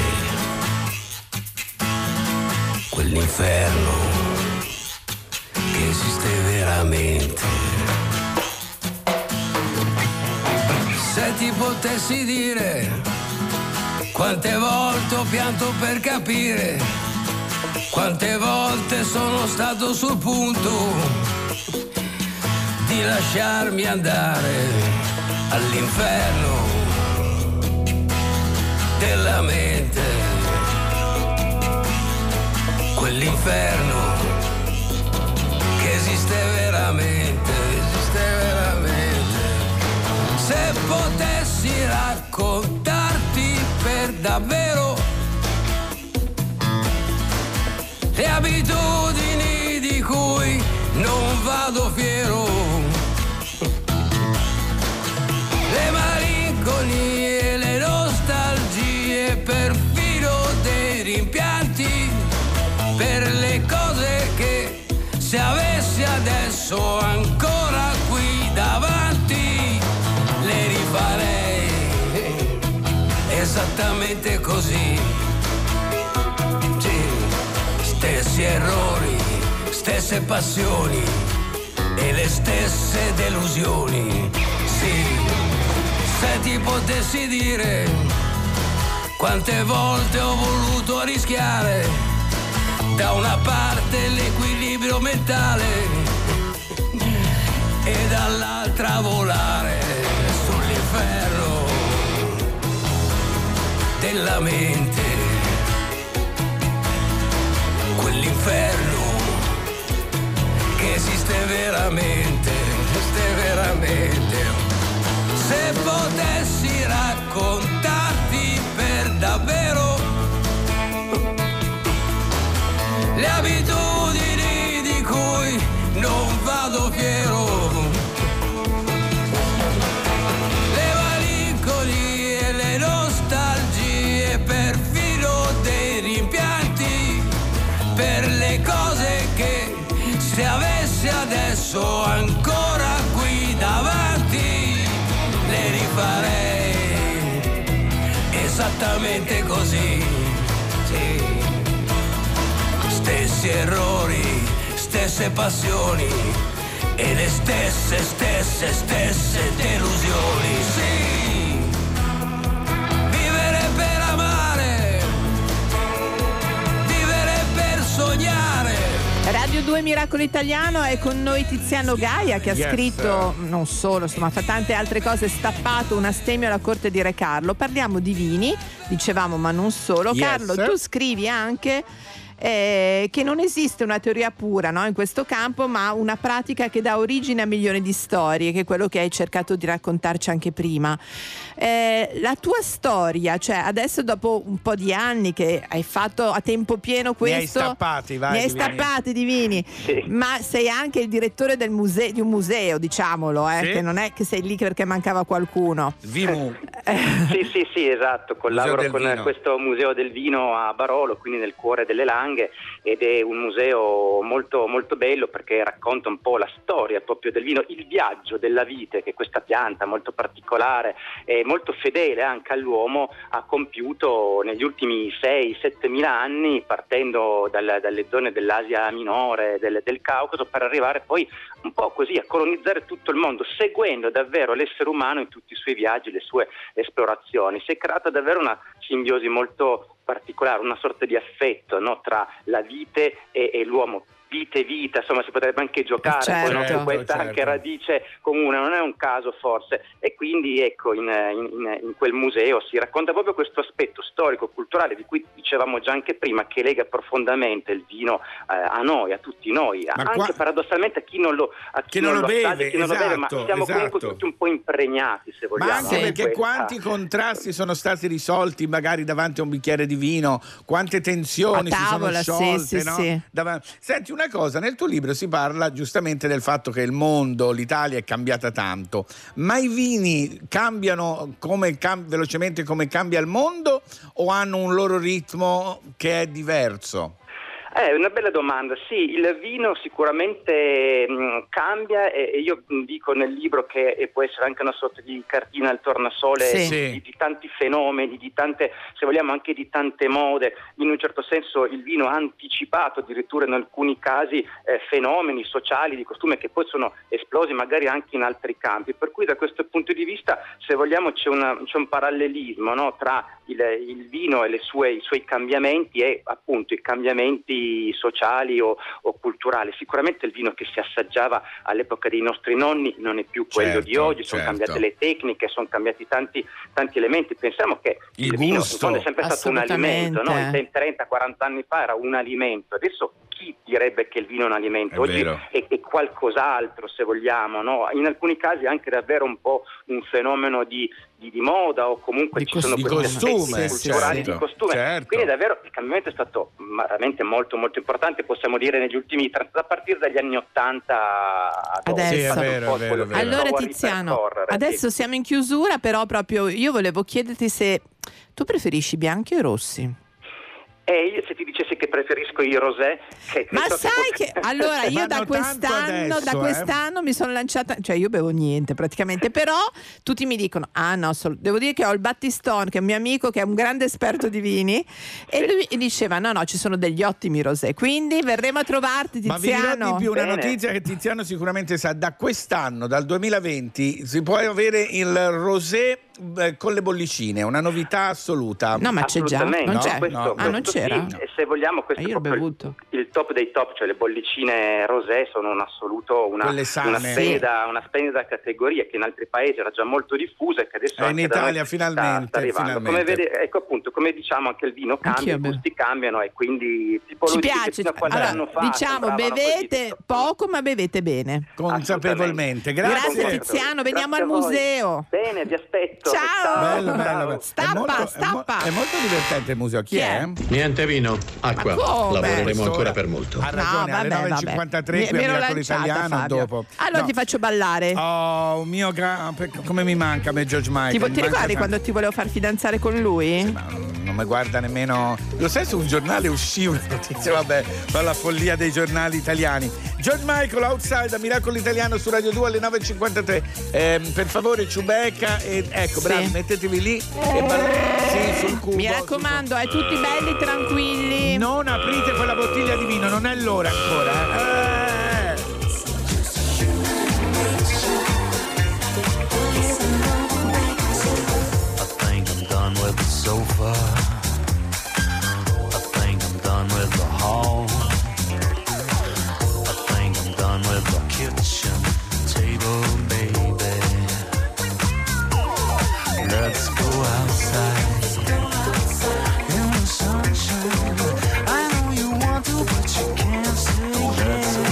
quell'inferno che esiste veramente. Se ti potessi dire quante volte ho pianto per capire, quante volte sono stato sul punto di lasciarmi andare all'inferno della mente, quell'inferno che esiste veramente, Se potessi raccontarti per davvero le abitudini di cui non vado fiero, le malinconie, le nostalgie, perfino dei rimpianti per le cose che se avessi adesso ancora qui davanti le rifarei esattamente così. Sì, stessi errori, stesse passioni e le stesse delusioni. Sì, se ti potessi dire quante volte ho voluto rischiare da una parte l'equilibrio mentale e dall'altra volare sull'inferno della mente, quell'inferno che esiste veramente. Se potessi raccontarti per davvero le abitudini di cui non vado fiero, le malinconie, le nostalgie, perfino dei rimpianti per le cose che se avessi adesso ancora qui davanti le rifarei esattamente così. Sì. Stessi errori, stesse passioni e le stesse delusioni. Sì, vivere per amare, vivere per sognare. Radio 2 Miracolo Italiano, è con noi Tiziano Gaia che ha scritto, non solo, insomma, fa tante altre cose, Stappato, un astemmio alla corte di Re Carlo. Parliamo di vini, dicevamo, ma non solo. Carlo, tu scrivi anche che non esiste una teoria pura, no, in questo campo, ma una pratica che dà origine a milioni di storie, che è quello che hai cercato di raccontarci anche prima. La tua storia, cioè adesso dopo un po' di anni che hai fatto a tempo pieno questo, mi hai stappati di vini, sì. Ma sei anche il direttore del di un museo, diciamolo, sì. Che non è che sei lì perché mancava qualcuno. Vimu. Sì, esatto, collaboro con questo Museo del Vino a Barolo, quindi nel cuore delle Langhe. Langhe, ed è un museo molto, molto bello perché racconta un po' la storia proprio del vino, il viaggio della vite che questa pianta molto particolare e molto fedele anche all'uomo ha compiuto negli ultimi 6-7 mila anni, partendo dalle zone dell'Asia minore, del Caucaso, per arrivare poi un po' così a colonizzare tutto il mondo, seguendo davvero l'essere umano in tutti i suoi viaggi, le sue esplorazioni. Si è creata davvero una simbiosi molto particolare, una sorta di affetto, no, tra la vite e l'uomo. Vita, insomma si potrebbe anche giocare con questa anche radice comune, non è un caso forse, e quindi ecco in quel museo si racconta proprio questo aspetto storico, culturale, di cui dicevamo già anche prima, che lega profondamente il vino a noi, a tutti noi, anche paradossalmente a chi non lo beve, ma siamo comunque tutti un po' impregnati, se vogliamo. Ma anche perché quanti contrasti sono stati risolti magari davanti a un bicchiere di vino, quante tensioni si sono sciolte, no? Senti, una cosa, nel tuo libro si parla giustamente del fatto che il mondo, l'Italia è cambiata tanto, ma i vini cambiano velocemente come cambia il mondo, o hanno un loro ritmo che è diverso? È una bella domanda. Sì, il vino sicuramente cambia, e io dico nel libro che può essere anche una sorta di cartina al tornasole di tanti fenomeni, di tante, se vogliamo anche di tante mode. In un certo senso il vino ha anticipato addirittura in alcuni casi fenomeni sociali, di costume, che poi sono esplosi magari anche in altri campi. Per cui da questo punto di vista, se vogliamo, c'è un parallelismo, no, tra il vino e i suoi cambiamenti e appunto i cambiamenti sociali o culturali. Sicuramente il vino che si assaggiava all'epoca dei nostri nonni non è più quello di oggi, sono cambiate le tecniche, sono cambiati tanti elementi. Pensiamo che il vino è sempre stato un alimento, no? 30-40 anni fa era un alimento, adesso chi direbbe che il vino è un alimento? Oggi è qualcos'altro, se vogliamo, no? In alcuni casi anche davvero un po' un fenomeno di moda, o comunque ci sono questi aspetti culturali di costume. Quindi davvero il cambiamento è stato veramente molto molto importante, possiamo dire negli ultimi a partire dagli anni 80 ad oggi. Adesso. Vero. Allora Tiziano, adesso siamo in chiusura, però proprio io volevo chiederti se tu preferisci bianchi o rossi? Io se ti dicessi che preferisco i rosé, ma sai che allora io da quest'anno mi sono lanciata, cioè io bevo niente praticamente, però tutti mi dicono devo dire che ho il Battistone, che è un mio amico che è un grande esperto di vini, e lui diceva no, ci sono degli ottimi rosé, quindi verremo a trovarti, Tiziano. Ma vi dirò di più, una notizia che Tiziano sicuramente sa: da quest'anno, dal 2020, si può avere il rosé con le bollicine, una novità assoluta. No, ma c'è già, non c'è. Non c'era? Sì, se vogliamo, questo è proprio il top dei top, cioè le bollicine rosé sono un assoluto una splendida categoria, che in altri paesi era già molto diffusa e che adesso anche in Italia finalmente sta arrivando. Come vede, ecco appunto, come diciamo, anche il vino cambia, i gusti cambiano, e quindi tipo ci piace. Allora, diciamo, bevete poco ma bevete bene, consapevolmente. Grazie Tiziano, veniamo al museo. Bene, vi aspetto. Ciao. Bello. Stappa. È molto divertente il museo. Chi è? Niente vino, acqua. Lavoreremo ancora per molto. Ha ragione, alle 9.53 qui a Miracolo Italiano. Dopo. Allora ti faccio ballare. Oh, come mi manca a me George Michael. Ti ricordi quando ti volevo far fidanzare con lui? Sì, ma non mi guarda nemmeno. Lo sai, su un giornale uscì una notizia, vabbè, la follia dei giornali italiani. George Michael, Outside a Miracolo Italiano su Radio 2 alle 9.53. Per favore, Ciubecca, ecco, bravi, mettetevi lì e sul cubo. Mi raccomando, tutti belli, tranquilli. Non aprite quella bottiglia di vino, non è l'ora ancora. With the sofa, I think I'm done with the hall, I think I'm done with the kitchen table, baby. Let's go outside in the sunshine. I know you want to, but you can't say yes.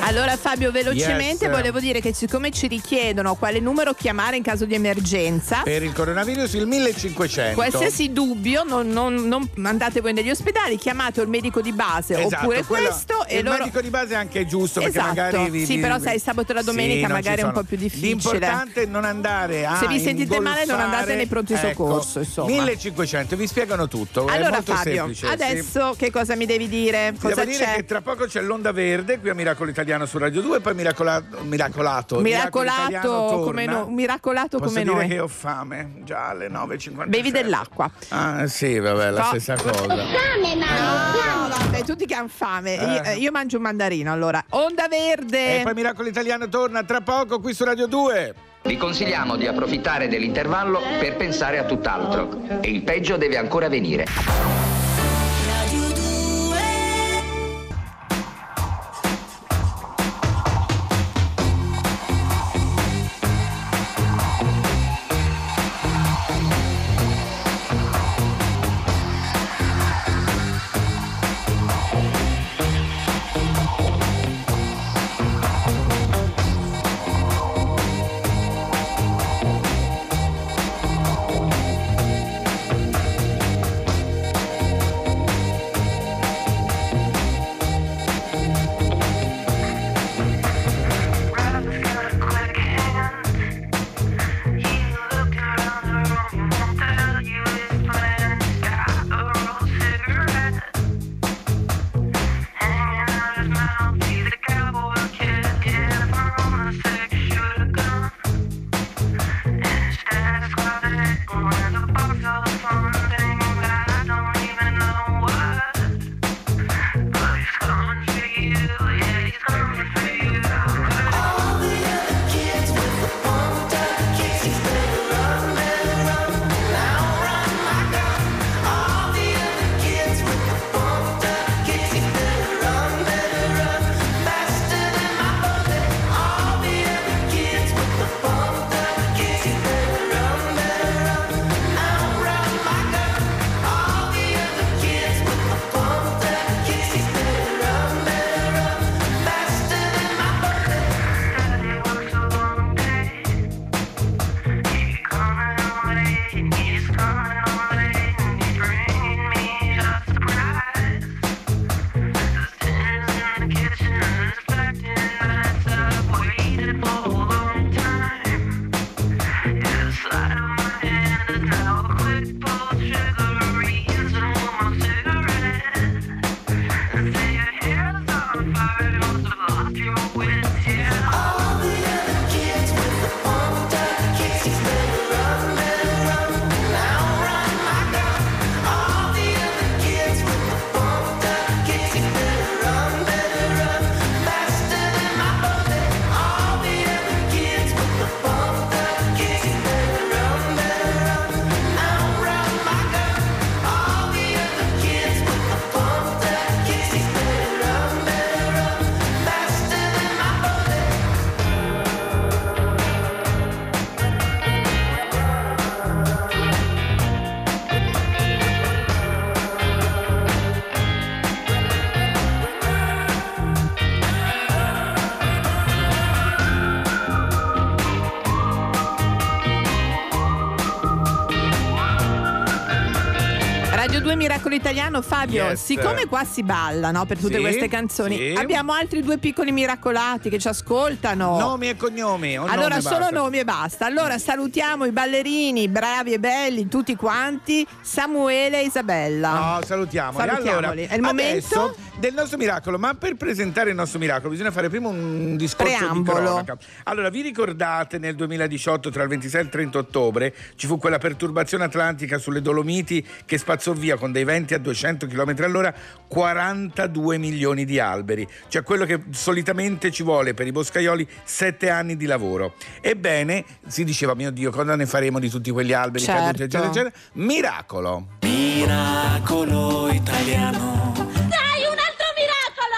Allora Fabio, velocemente volevo dire che siccome ci richiedono quale numero chiamare in caso di emergenza per il coronavirus, il 1500. Qualsiasi dubbio non andate voi negli ospedali, chiamate il medico di base, oppure questo e il medico di base è anche giusto, perché magari però sai, sabato e la domenica magari è un po' più difficile. L'importante è non andare a se vi sentite male non andate nei pronti soccorso, insomma. 1500 vi spiegano tutto. Allora è molto Fabio, semplice, adesso che cosa mi devi dire? Cosa Devo dire che tra poco c'è l'Onda Verde qui a Miracolo Italiano su Radio 2, poi miracolato come Posso noi. dire che ho fame già alle 9:50. Bevi dell'acqua. Ah sì, vabbè, la stessa cosa. Ho fame, no, vabbè, tutti che hanno fame. Io mangio un mandarino, allora. Onda Verde. E poi Miracolo Italiano torna tra poco qui su Radio 2. Vi consigliamo di approfittare dell'intervallo per pensare a tutt'altro. E il peggio deve ancora venire. Radio 2 Miracolo Italiano. Fabio, siccome qua si balla, no, per tutte queste canzoni, abbiamo altri due piccoli miracolati che ci ascoltano. Nomi e cognomi. Allora solo nomi e basta. Allora salutiamo i ballerini bravi e belli tutti quanti, Samuele e Isabella. No, salutiamoli. Allora, è il momento del nostro miracolo, ma per presentare il nostro miracolo bisogna fare prima un discorso preambolo. Di cronaca. Allora, vi ricordate nel 2018 tra il 26 e il 30 ottobre ci fu quella perturbazione atlantica sulle Dolomiti che spazzò via con dei venti a 200 km all'ora 42 milioni di alberi, cioè quello che solitamente ci vuole per i boscaioli 7 anni di lavoro. Ebbene, si diceva, mio Dio, cosa ne faremo di tutti quegli alberi caduti, eccetera, eccetera. Miracolo italiano. Allora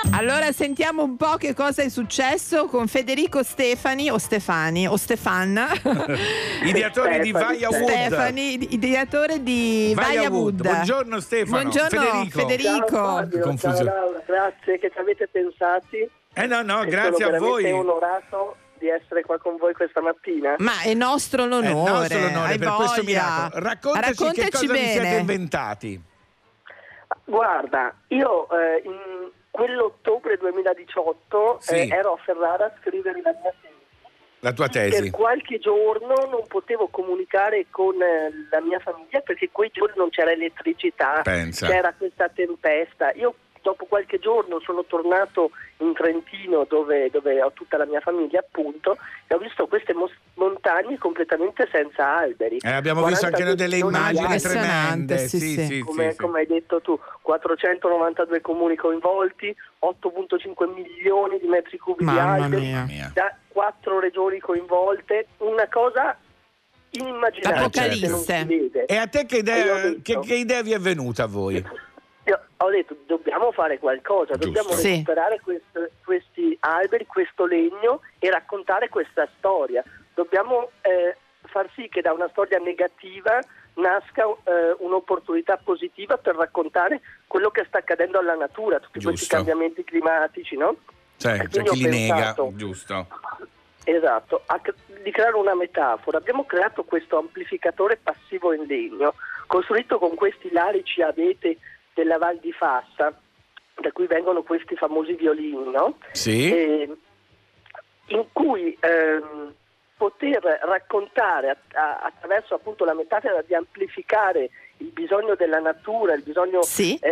Allora sentiamo un po' che cosa è successo con Federico Stefani o Stefani o Stefanna, ideatore di Vaya Wood. Stefani, ideatore di Vaya Wood. Buongiorno Stefano. Buongiorno Federico. Ciao Laura, grazie che ci avete pensati. No, grazie a voi. Sono onorato di essere qua con voi questa mattina. Ma è nostro l'onore. Per questo miracolo. Raccontaci che cosa vi siete inventati. Guarda, io in quell'ottobre 2018 ero a Ferrara a scrivere la mia tesi. La tua tesi? Per qualche giorno non potevo comunicare con la mia famiglia perché quei giorni non c'era elettricità, c'era questa tempesta. Io dopo qualche giorno sono tornato in Trentino dove ho tutta la mia famiglia appunto e ho visto queste montagne completamente senza alberi. Abbiamo visto anche noi delle immagini tremende. Come hai detto tu, 492 comuni coinvolti, 8,5 milioni di metri cubi di alberi, da 4 regioni coinvolte, una cosa inimmaginabile che non si vede. E a te che idea vi è venuta a voi? Io ho detto dobbiamo fare qualcosa, dobbiamo recuperare questi alberi, questo legno e raccontare questa storia. Dobbiamo far sì che da una storia negativa nasca un'opportunità positiva per raccontare quello che sta accadendo alla natura, tutti questi cambiamenti climatici, no? C'è chi li nega, giusto. Esatto, di creare una metafora. Abbiamo creato questo amplificatore passivo in legno, costruito con questi larici abete della Val di Fassa, da cui vengono questi famosi violini, no? Sì. In cui poter raccontare attraverso appunto la metafora di amplificare il bisogno della natura, il bisogno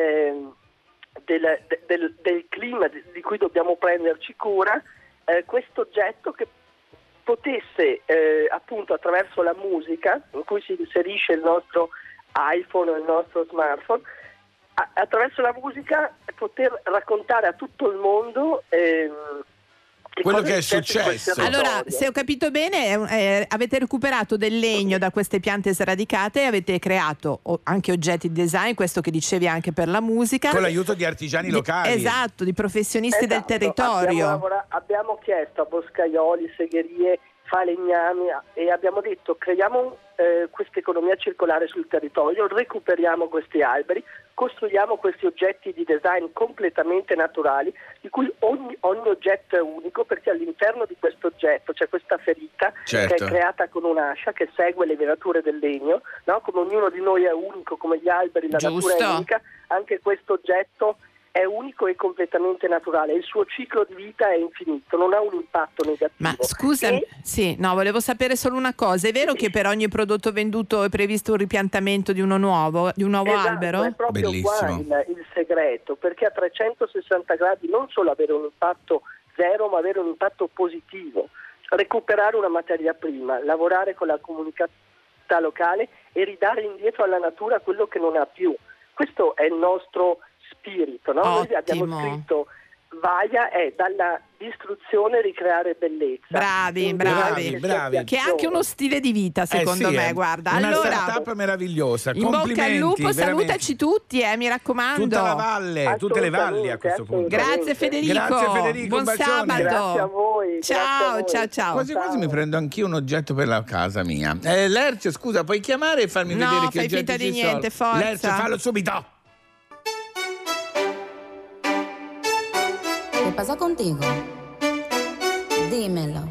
del clima di cui dobbiamo prenderci cura, questo oggetto che potesse appunto attraverso la musica, in cui si inserisce il nostro iPhone o il nostro smartphone, attraverso la musica poter raccontare a tutto il mondo quello che è successo. Allora, se ho capito bene, avete recuperato del legno da queste piante sradicate e avete creato anche oggetti di design, questo che dicevi anche per la musica. Con l'aiuto di artigiani locali. Esatto, di professionisti del territorio. Abbiamo chiesto a boscaioli, segherie, falegnami e abbiamo detto creiamo questa economia circolare sul territorio, recuperiamo questi alberi, costruiamo questi oggetti di design completamente naturali, di cui ogni oggetto è unico, perché all'interno di questo oggetto c'è questa ferita che è creata con un'ascia che segue le venature del legno, no? Come ognuno di noi è unico, come gli alberi, la natura è unica, anche questo oggetto è unico e completamente naturale, il suo ciclo di vita è infinito, non ha un impatto negativo. Ma scusa, volevo sapere solo una cosa, è vero che per ogni prodotto venduto è previsto un ripiantamento di uno nuovo albero? È proprio qua il segreto, perché a 360 gradi non solo avere un impatto zero, ma avere un impatto positivo, recuperare una materia prima, lavorare con la comunità locale e ridare indietro alla natura quello che non ha più. Questo è il nostro spirito, no? Noi abbiamo scritto Vaia è dalla distruzione ricreare bellezza. Bravi. Che è anche uno stile di vita, secondo me, guarda. Una startup meravigliosa. In bocca al lupo, salutaci tutti, mi raccomando. Tutta la valle, tutte le valli a questo punto. Grazie Federico. Buon sabato. Grazie a voi. Ciao. Quasi mi prendo anch'io un oggetto per la casa mia. Lercio, scusa, puoi chiamare e farmi vedere che oggetti ci sono? No, fai finta di niente, forza. Lercio, fallo subito. ¿Qué pasa contigo? Dímelo.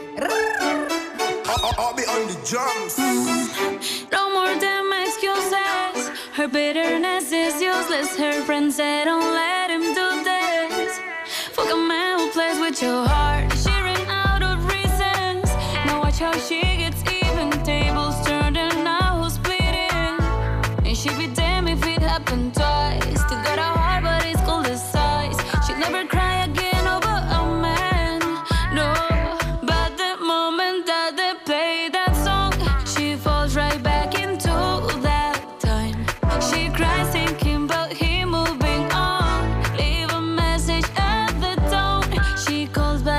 No more damn excuses. Her bitterness is useless. Her friends say don't let him do this. Fuck a man who plays with your heart. She ran out of reasons. Now watch how she gets even. Tables turned and now who's bleeding? And she'd be damn if it happened twice. Still got a heart but it's cold as ice. She'd never cry. Calls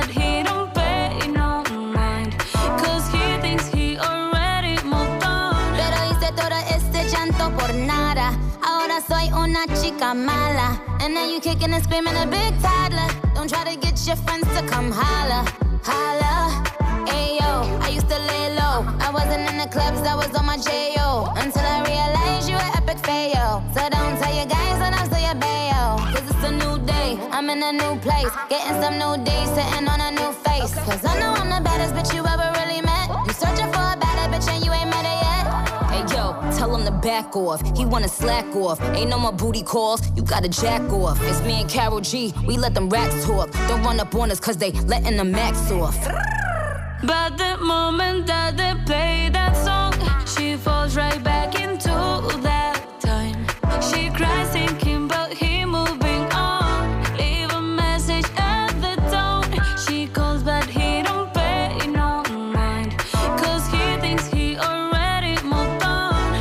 like I'm mala. And now you kicking and screaming a big toddler. Don't try to get your friends to come holla, holla. Ayo, I used to lay low. I wasn't in the clubs, I was on my J.O. Until I realized you were epic fail. So don't tell your guys that I'm still your bayo. Cause it's a new day, I'm in a new place. Getting some new days, sitting on a new face. Cause I know I'm the baddest bitch you ever really met. You searching for a better bitch and you ain't met her yet. Hey yo, tell him to back off. He wanna slack off. Ain't no more booty calls, you gotta jack off. It's me and Karol G, we let them racks talk. Don't run up on us cause they letting the max off. But the moment that they play that song, she falls right back into that time. She cries thinking about him moving on. Leave a message at the tone. She calls but he don't pay no mind. Cause he thinks he already moved on.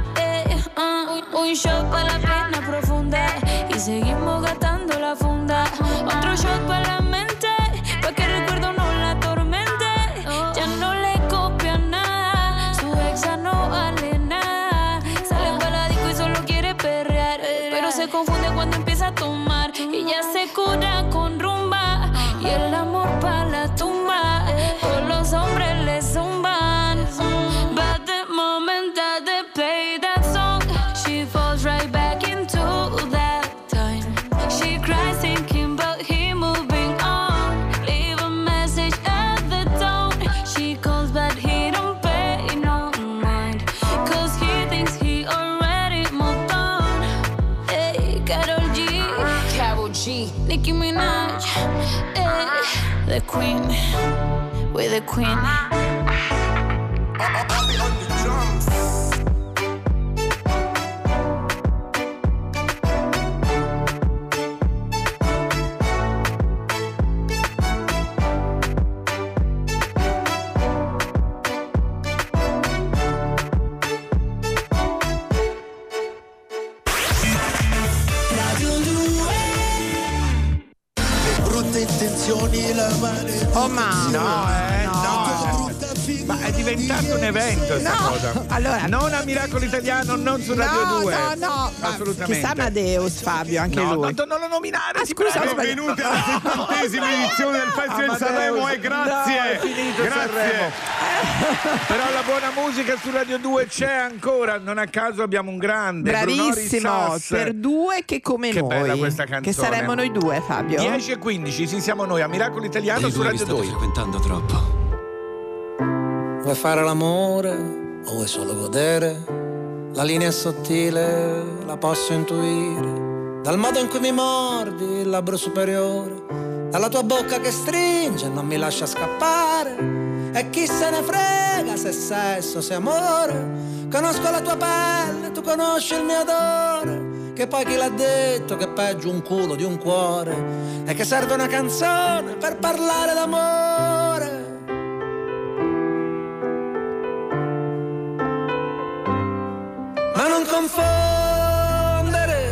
Un shot pa' la pena profunda y seguimos gastando la funda. Otro shot pa' la mente, pa' que el recuerdo no la atormente. Ya no le copia nada, su ex ya no vale nada. Sale en baladico y solo quiere perrear, pero se confunde cuando empieza a tomar. Y ya se cura con rumba y el amor pa' la tumba. Todos los hombres le zumban. But the moment that they play that song, she falls right back into that time. She cries thinking about him moving on. Leave a message at the tone. She calls but he don't pay no mind. Cause he thinks he already moved on. Hey, Karol G, Nicki Minaj. Hey, the queen, we're the queen. Oh ma è diventato un evento questa cosa. Allora, non a Miracolo Italiano, non su Radio 2. No, assolutamente. Chissà Amadeus, Fabio, anche lui. No, non lo nominare. Scusa, benvenuti alla 70ª edizione del Festival di Sanremo e grazie. No, è finito Sanremo. Però la buona musica su Radio 2 c'è ancora, non a caso abbiamo un grande bravissimo per due che come che noi. Bella questa canzone. Che saremmo noi due, Fabio. 10:15, sì, siamo noi a Miracolo Italiano su Radio 2. frequentando troppo. Vuoi fare l'amore o vuoi solo godere? La linea è sottile, la posso intuire. Dal modo in cui mi mordi il labbro superiore, dalla tua bocca che stringe e non mi lascia scappare. E chi se ne frega se sesso, se amore. Conosco la tua pelle, tu conosci il mio odore. Che poi chi l'ha detto che è peggio un culo di un cuore? E che serve una canzone per parlare d'amore. Ma non confondere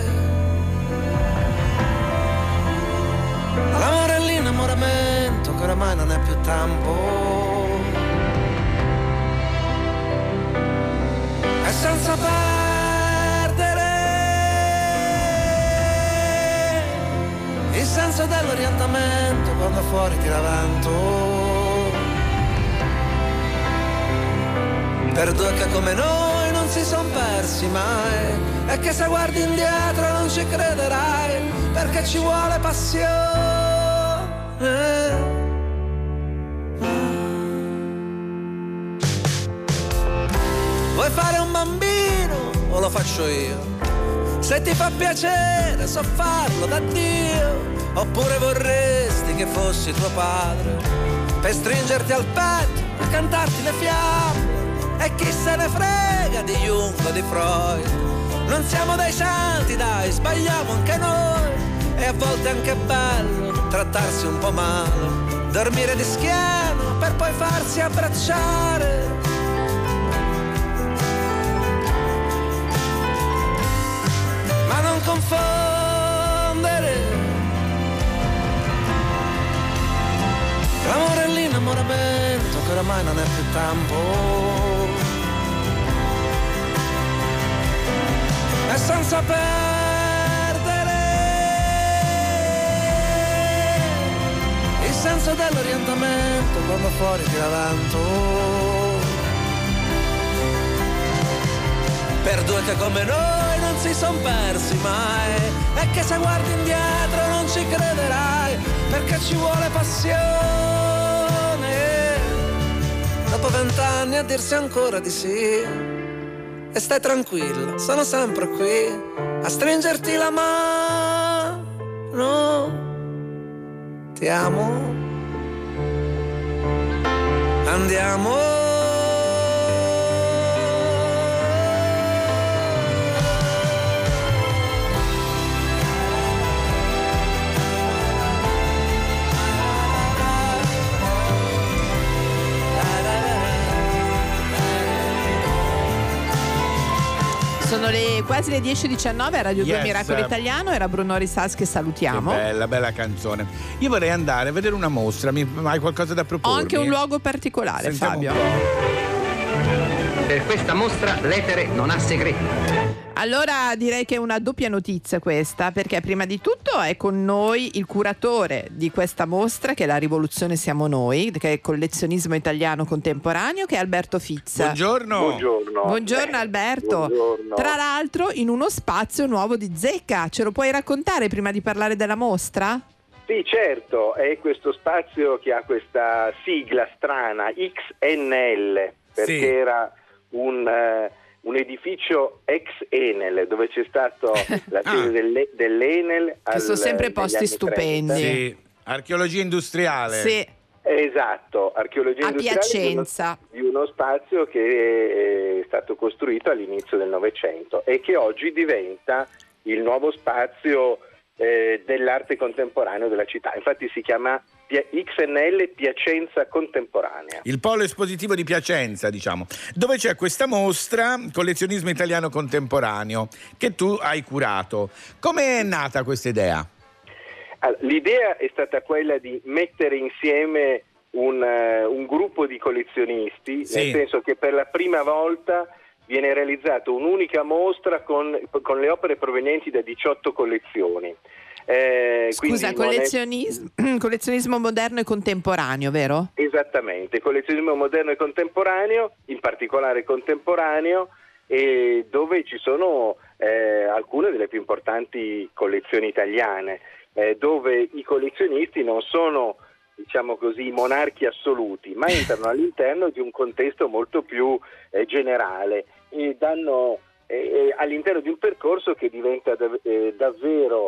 l'amore e l'innamoramento che oramai non è più tempo. E senza perdere il senso dell'orientamento quando fuori tira vento. Per due che come noi non si son persi mai, e che se guardi indietro non ci crederai, perché ci vuole passione. Vuoi fare un bambino o lo faccio io? Se ti fa piacere so farlo da Dio. Oppure vorresti che fossi tuo padre per stringerti al petto e cantarti le fiamme. E chi se ne frega di Jung o di Freud? Non siamo dei santi, dai, sbagliamo anche noi. E a volte è anche bello trattarsi un po' male, dormire di schiena per poi farsi abbracciare. Ma non confondere l'amore e l'innamoramento che oramai non è più tempo. E senza perdere lamento quando fuori tira vento. Per due che come noi non si son persi mai, e che se guardi indietro non ci crederai, perché ci vuole passione. Dopo 20 anni a dirsi ancora di sì, e stai tranquilla, sono sempre qui a stringerti la mano. Ti amo, andiamo. Sono quasi le 10:19 a Radio 2 Miracolo Italiano, era Bruno Risas che salutiamo. Che bella canzone. Io vorrei andare a vedere una mostra, hai qualcosa da propormi? Ho anche un luogo particolare. Sentiamo Fabio. Per questa mostra l'etere non ha segreti. Allora direi che è una doppia notizia questa, perché prima di tutto è con noi il curatore di questa mostra, che è La Rivoluzione Siamo Noi, che è il collezionismo italiano contemporaneo, che è Alberto Fizza. Buongiorno. Buongiorno Alberto. Buongiorno. Tra l'altro in uno spazio nuovo di Zecca, ce lo puoi raccontare prima di parlare della mostra? Sì, certo, è questo spazio che ha questa sigla strana, XNL, perché era un edificio ex Enel, dove c'è stato la sede dell'Enel. Che sono sempre posti stupendi. Sì, archeologia industriale. Sì. Esatto, archeologia industriale a Piacenza. Di uno spazio che è stato costruito all'inizio del Novecento e che oggi diventa il nuovo spazio dell'arte contemporanea della città. Infatti si chiama XNL Piacenza Contemporanea. Il polo espositivo di Piacenza, diciamo, dove c'è questa mostra collezionismo italiano contemporaneo che tu hai curato. Come è nata questa idea? L'idea è stata quella di mettere insieme un gruppo di collezionisti, nel senso che per la prima volta viene realizzata un'unica mostra con le opere provenienti da 18 collezioni. Scusa, collezionismo moderno e contemporaneo, vero? Esattamente, collezionismo moderno e contemporaneo, in particolare contemporaneo, e dove ci sono alcune delle più importanti collezioni italiane, dove i collezionisti non sono, diciamo così, monarchi assoluti, ma entrano all'interno di un contesto molto più generale e danno all'interno di un percorso che diventa davvero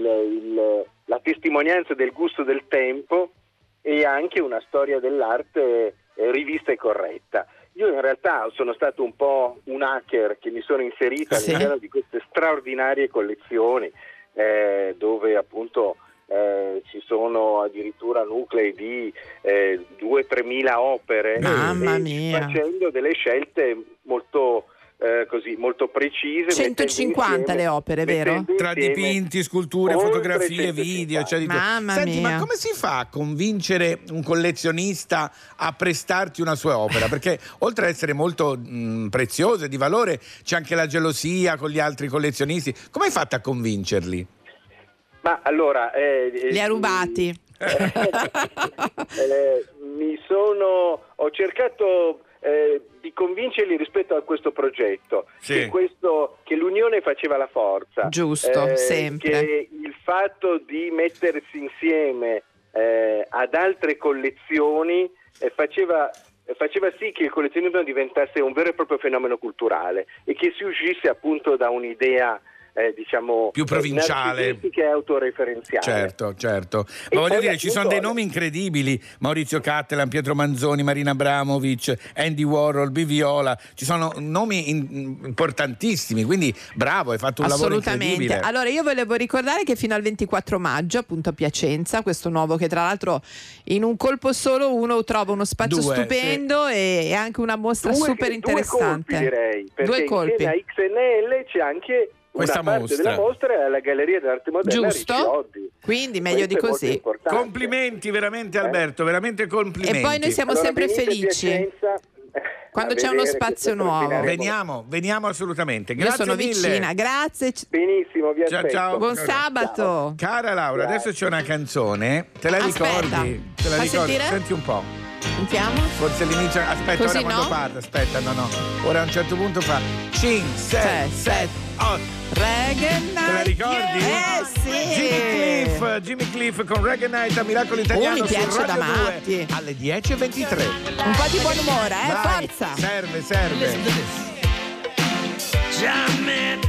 la testimonianza del gusto del tempo e anche una storia dell'arte rivista e corretta. Io in realtà sono stato un po' un hacker che mi sono inserito all'interno di queste straordinarie collezioni dove appunto ci sono addirittura nuclei di 2-3 mila opere, mamma mia, facendo delle scelte molto molto precise. 150 le opere, vero? Tra dipinti, sculture, fotografie, video, cioè di Senti, ma come si fa a convincere un collezionista a prestarti una sua opera? Perché oltre ad essere molto preziosa e di valore, c'è anche la gelosia con gli altri collezionisti. Come hai fatto a convincerli? Ma allora li ha rubati. Ho cercato di convincerli rispetto a questo progetto, che l'unione faceva la forza, giusto, sempre, che il fatto di mettersi insieme ad altre collezioni faceva sì che il collezionismo diventasse un vero e proprio fenomeno culturale e che si uscisse appunto da un'idea diciamo più provinciale e autoreferenziale. Certo. Ma voglio dire, ci sono dei nomi incredibili: Maurizio Cattelan, Pietro Manzoni, Marina Abramovic, Andy Warhol, B. Viola. Ci sono nomi importantissimi, quindi bravo, hai fatto un lavoro incredibile. Allora io volevo ricordare che fino al 24 maggio appunto a Piacenza, questo nuovo, che tra l'altro in un colpo solo uno trova uno spazio stupendo e anche una mostra super interessante. Due colpi, perché insieme a XNL c'è anche questa una parte della mostra è alla Galleria dell'Arte Moderna, giusto? Quindi meglio di così. Complimenti veramente Alberto, veramente complimenti. E poi noi siamo sempre felici. Quando c'è uno spazio nuovo. Veniamo assolutamente. Io Grazie sono mille. vicina, grazie. Benissimo, vi aspetto. Ciao. Buon sabato. Cara Laura, adesso c'è una canzone, te la ricordi? Te la Fa ricordi? sentire? Senti un po'. Sentiamo. Forse l'inizio. Aspetta, Così ora quando no? parte. Aspetta, no. Ora a un certo punto fa 5, 6, 7, 8. Reggae Night. Te la ricordi? Sì. Jimmy Cliff con Reggae Night a Miracolo Italiano mi su piace Radio da 2 matti. alle 10:23. Un po' di buon umore, Vai, forza. Serve. Jammet.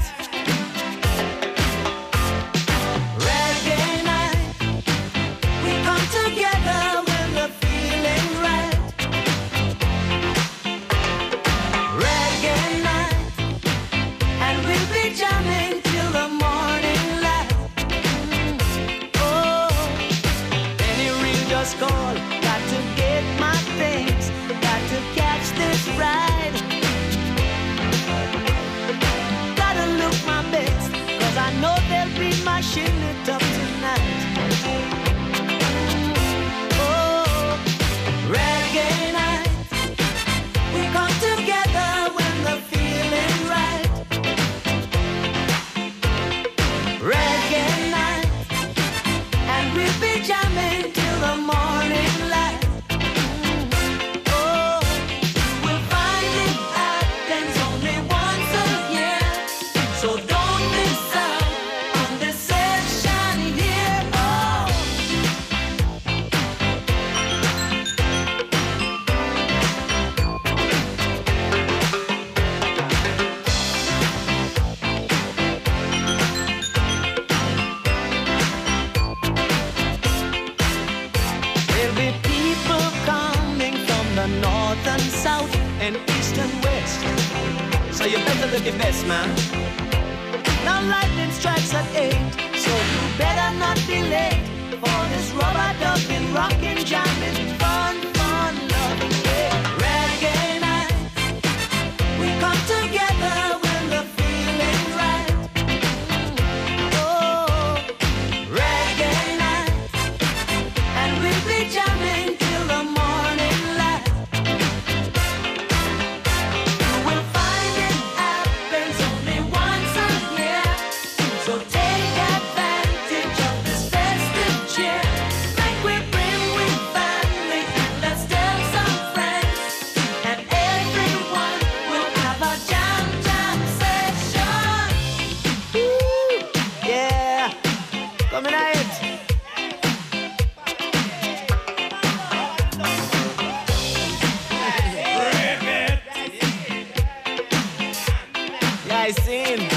Reggae night, we come together when we're feeling right. Reggae night, and we'll be jamming till the morning light. Oh, any real just call, got to get my things, got to catch this ride. Gotta look my best, 'cause I know they'll be mashing it up tonight. Oh, reggae night, we come together when the feeling right. Reggae night, and we'll be jamming till the morning light. Oh, we'll find it happens only once a year, so don't miss out on this session here. Oh. There'll be people coming from the north and south and east and west, so you better look your best, man. Now lightning strikes at 8, so you better not be late for this rubber ducking, rockin', jamming, fun, loving, yeah. Reggae night, we come together when the feeling right. Oh, reggae night, and we'll be jamming till the morning light. You will find it happens only once a year, so take advantage of this festive cheer. Make we bring with family and let's tell some friends, and everyone will have a jam session. Woo, yeah, coming at it. Yeah, I seen.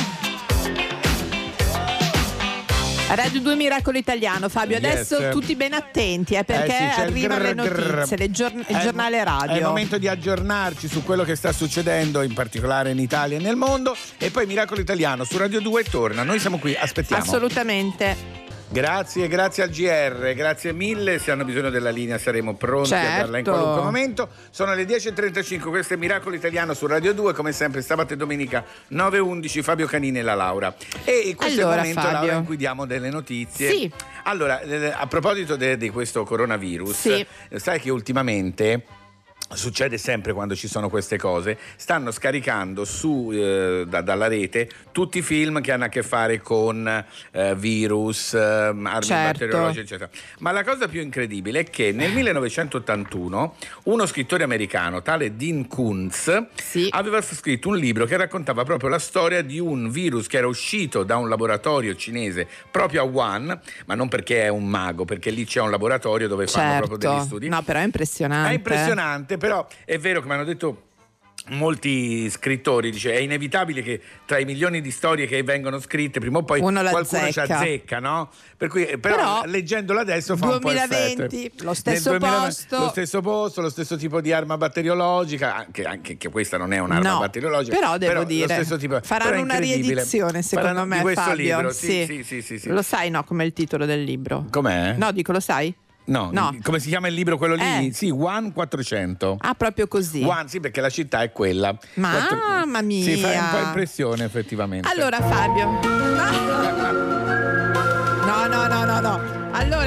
Radio 2 Miracolo Italiano, Fabio. Adesso Yes. tutti ben attenti, perché Sì, c'è il arrivano le grrr. notizie, il giornale radio. È il momento di aggiornarci su quello che sta succedendo, in particolare in Italia e nel mondo. E poi Miracolo Italiano su Radio 2 torna. Noi siamo qui, aspettiamo. Assolutamente. Grazie al GR, grazie mille. Se hanno bisogno della linea saremo pronti a darla in Certo. qualunque momento. Sono le 10:35, questo è Miracolo Italiano su Radio 2, come sempre sabato e domenica 9:11, Fabio Canini e la Laura. E questo Allora, è il momento, Fabio, Laura, in cui diamo delle notizie. Sì. Allora, a proposito di questo coronavirus, Sì. sai che ultimamente succede sempre quando ci sono queste cose, stanno scaricando su dalla rete tutti i film che hanno a che fare con virus, armi batteriologiche, eccetera. Ma la cosa più incredibile è che nel 1981 uno scrittore americano, tale Dean Koontz, aveva scritto un libro che raccontava proprio la storia di un virus che era uscito da un laboratorio cinese proprio a Wuhan, ma non perché è un mago, perché lì c'è un laboratorio dove fanno proprio degli studi. No, però è impressionante. È impressionante, però è vero che mi hanno detto molti scrittori, dice è inevitabile che tra i milioni di storie che vengono scritte prima o poi uno qualcuno ci azzecca, no? Per cui, però leggendolo adesso fa 2020, un po' effetto. lo stesso Nel 2020, posto. lo stesso posto, lo stesso tipo di arma batteriologica, anche che questa non è un'arma No, batteriologica, però devo dire, lo stesso tipo, faranno però è una incredibile. riedizione secondo Faranno me, di questo Fabio. libro. Sì. Sì. Lo sai, no, come il titolo del libro? Com'è? No, dico, lo sai? No, come si chiama il libro quello lì? Sì, Wuhan 400. Ah, proprio così. Wuhan, sì, perché la città è quella. Mamma mia. Sì, fa un po' impressione effettivamente. Allora, Fabio. No. Allora,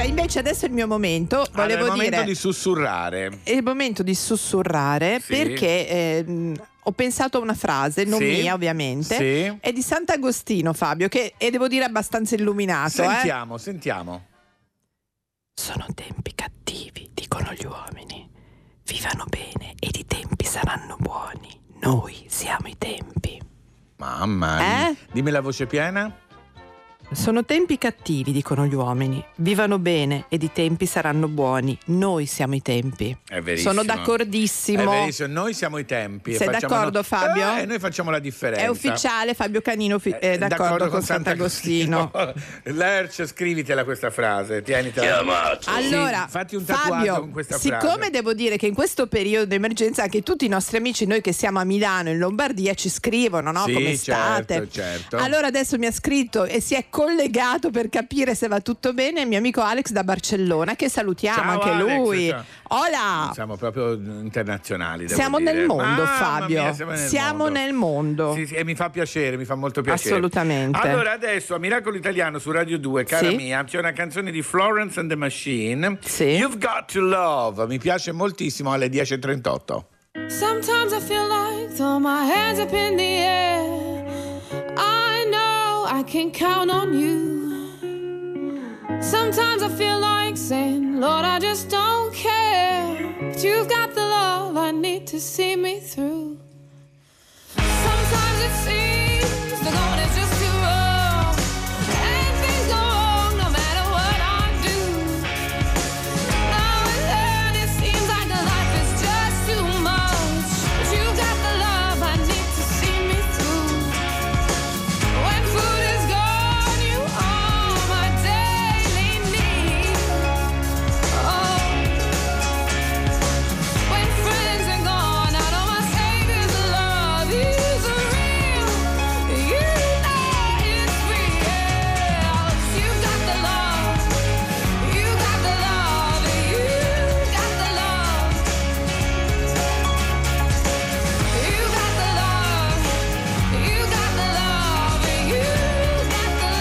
Allora, invece adesso è il mio momento, volevo è il dire... momento di sussurrare. È il momento di sussurrare, Sì. perché ho pensato a una frase, non Sì. mia ovviamente, Sì. è di Sant'Agostino, Fabio, che è, devo dire, abbastanza illuminato. Sentiamo. Sono tempi cattivi, dicono gli uomini. Vivano bene ed i tempi saranno buoni. Noi siamo i tempi. Mamma, dimmi la voce piena. Sono tempi cattivi, dicono gli uomini. Vivano bene ed i tempi saranno buoni. Noi siamo i tempi. È verissimo. Sono d'accordissimo. È verissimo, noi siamo i tempi. Sei d'accordo, Fabio? Noi facciamo la differenza. È ufficiale, Fabio Canino è d'accordo con Sant'Agostino. Lerch, scrivitela questa frase, tienitela. Allora, Sì, fatti un tatuaggio Fabio, con questa siccome frase. devo dire che in questo periodo di emergenza anche tutti i nostri amici, noi che siamo a Milano, in Lombardia, ci scrivono, no? Sì, Come state? certo. Allora adesso mi ha scritto e si è collegato per capire se va tutto bene il mio amico Alex da Barcellona, che salutiamo. Ciao, anche Alex, lui. ciao. Hola! Siamo proprio internazionali. devo Siamo dire. nel mondo, Mamma Fabio. mia, siamo nel mondo. Sì, e mi fa piacere, mi fa molto piacere. Assolutamente. Allora, adesso a Miracolo Italiano su Radio 2, cara Sì. mia, c'è una canzone di Florence and the Machine. You've Got to Love. Mi piace moltissimo alle 10:38. Sometimes I feel like throw my hands up in the air. I know I can count on you. Sometimes I feel like saying, Lord, I just don't care. But you've got the love I need to see me through. Sometimes it seems the going is just too rough, and things go wrong no matter what I do. Now and then it seems like the life is just too much, but you've got the love I need to see me through. When food is gone, you are my daily need. Oh, when friends are gone, I know my Savior's love is real. You know it's real. You got the love. You got the love. You got the love. You got the love. You got the love. You got the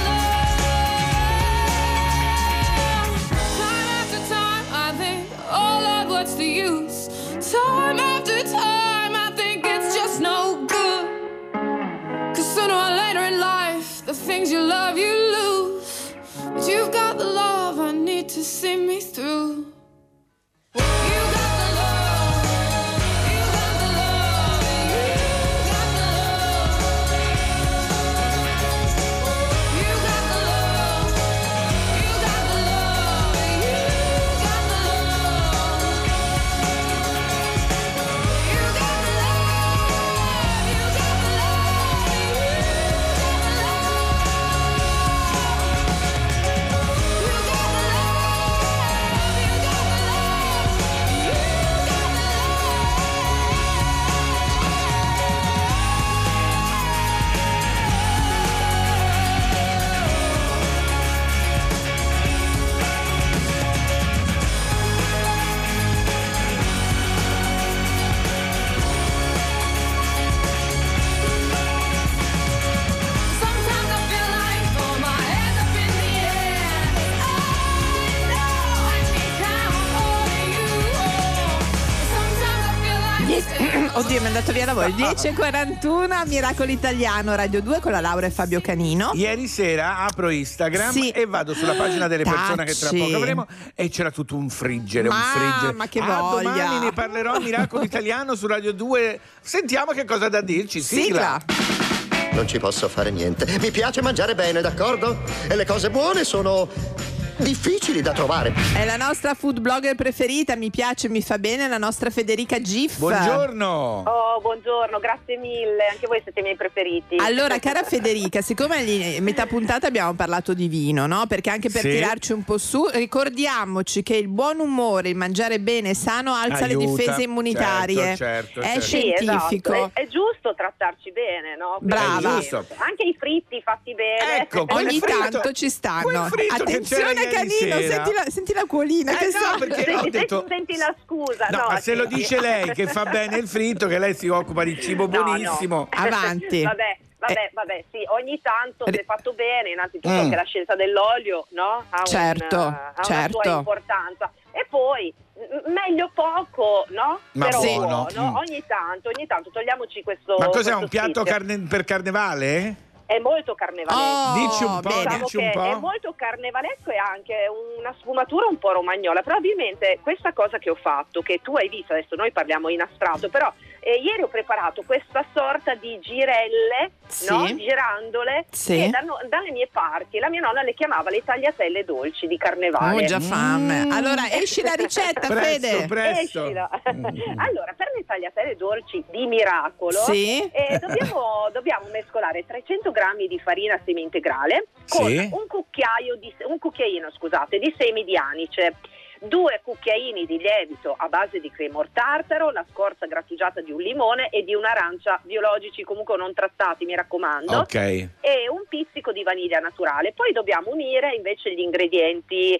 love. Time after time, I think, oh Lord, what's the use? Time after time, I think it's just no good. 'Cause sooner or later in life, the things you love, you lose. But you've got the love I need to see me through. You got the love. You got the love. You got the love. You got the love. You got the love. You got the love. You got the love. You got the Sometimes I feel like throw my hands up in the air. I know I can count on you. Sometimes I feel like Oddio, mi è andato via la voce. 10:41 a Miracolo Italiano, Radio 2 con la Laura e Fabio Canino. Ieri sera apro Instagram e vado sulla pagina delle persone che tra Tacci. poco avremo e c'era tutto un friggere, Ma che voglia. Domani ne parlerò a Miracolo Italiano su Radio 2. Sentiamo che cosa ha da dirci. Sigla. Non ci posso fare niente. Mi piace mangiare bene, d'accordo? E le cose buone sono difficili da trovare. È la nostra food blogger preferita, mi piace, mi fa bene, la nostra Federica Giff. Buongiorno. Oh, buongiorno, grazie mille. Anche voi siete i miei preferiti. Allora, cara Federica, siccome a metà puntata abbiamo parlato di vino, no? Perché anche per Sì. tirarci un po' su, ricordiamoci che il buon umore, il mangiare bene e sano alza le Aiuta. difese immunitarie. Certo, È certo. Sì, scientifico. esatto. È giusto trattarci bene, no? Brava. Quindi, È giusto. anche i fritti fatti bene. Ecco, Ogni tanto ci stanno. fritto che c'era Attenzione ieri Canino, sera. senti la cuolina che no, sa. perché ho detto- Senti la scusa. No, ma se lo dice lei che fa bene il fritto, che lei si occupa di cibo buonissimo. Avanti. Vabbè, Vabbè, sì, ogni tanto se fatto bene, innanzitutto anche la scelta dell'olio, no? Ha una sua importanza. E poi meglio poco, no? Ma però buono. Ogni tanto togliamoci questo. Ma cos'è, un questo piatto per carnevale? È molto carnevalesco. Dici un po', diciamo dici un po'. È molto carnevalesco e ha anche una sfumatura un po' romagnola. Probabilmente questa cosa che ho fatto, che tu hai visto, adesso noi parliamo in astratto, però ieri ho preparato questa sorta di girelle, no? Girandole, che dalle mie parti la mia nonna le chiamava le tagliatelle dolci di carnevale. Oh, già fame. Allora esci la ricetta, Fede. Presto. Allora, per le tagliatelle dolci di miracolo dobbiamo mescolare 300 grammi di farina semi-integrale con un cucchiaino di semi di anice, 2 cucchiaini di lievito a base di cremor tartaro, la scorza grattugiata di un limone e di un'arancia, biologici comunque non trattati, mi raccomando, e un pizzico di vaniglia naturale. Poi dobbiamo unire invece gli ingredienti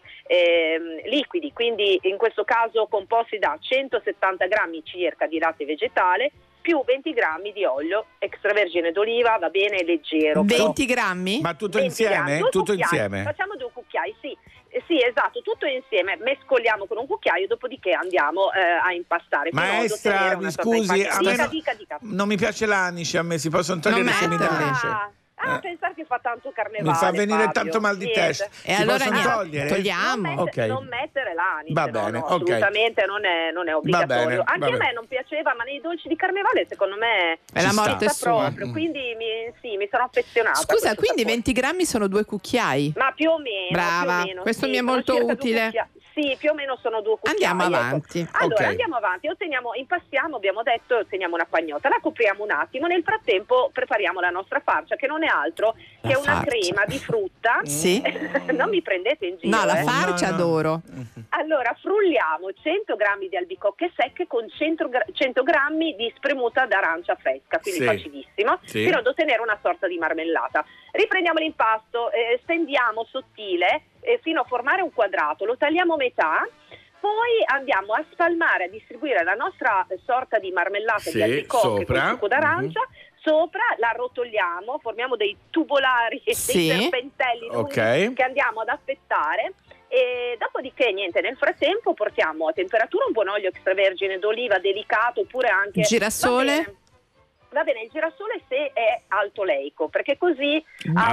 liquidi, quindi in questo caso composti da 170 grammi circa di latte vegetale più 20 grammi di olio extravergine d'oliva, va bene, leggero. 20 grammi? Ma tutto insieme? Tutto insieme? Facciamo 2 cucchiai, sì, esatto, tutto insieme, mescoliamo con un cucchiaio, dopodiché andiamo a impastare. Maestra, mi scusi, dica. Non mi piace l'anice, a me si possono togliere i semi d'anice. Pensare che fa tanto carnevale. Mi fa venire Fabio. tanto mal di testa. E si allora togliere? Togliamo. Non mettere l'anice. Va bene, assolutamente non è obbligatorio. Anche a me non piaceva, ma nei dolci di carnevale secondo me è la morte sua. proprio. Quindi mi sono affezionata. Scusa, quindi 20 grammi sono 2 cucchiai? Ma più o meno. Brava, più o meno, questo mi è molto utile. Sì, più o meno sono 2 cucchiai. Andiamo avanti. Ecco. Allora andiamo avanti, impastiamo, abbiamo detto, otteniamo una pagnotta, la copriamo un attimo, nel frattempo prepariamo la nostra farcia, che non è altro che una crema di frutta. Sì. Non mi prendete in giro. No, la farcia adoro. Allora frulliamo 100 grammi di albicocche secche con 100 grammi di spremuta d'arancia fresca, quindi facilissimo, fino ad ottenere una sorta di marmellata. Riprendiamo l'impasto, stendiamo sottile fino a formare un quadrato, lo tagliamo a metà, poi andiamo a spalmare, a distribuire la nostra sorta di marmellata di albicocche con succo d'arancia. Sopra la arrotoliamo, formiamo dei tubolari, dei serpentelli lunghi che andiamo ad affettare. E dopodiché niente, nel frattempo portiamo a temperatura un buon olio extravergine d'oliva delicato, oppure anche girasole. Va bene, il girasole se è alto leico, perché così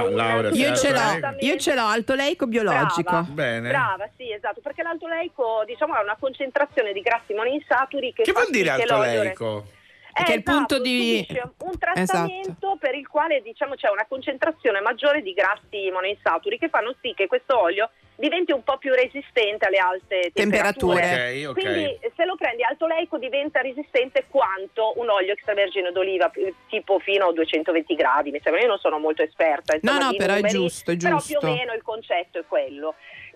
io ce l'ho alto leico biologico. Brava, sì, esatto, perché l'alto leico diciamo ha una concentrazione di grassi monoinsaturi che vuol dire alto leico? Che è il punto di un trattamento per il quale diciamo c'è una concentrazione maggiore di grassi monoinsaturi che fanno sì che questo olio diventi un po' più resistente alle alte temperature. Okay. Quindi se lo prendi alto leico diventa resistente quanto un olio extravergine d'oliva tipo fino a 220 gradi, mi sembra. Io non sono molto esperta, insomma, no, però numeri, è giusto. Però più o meno il concetto è quello.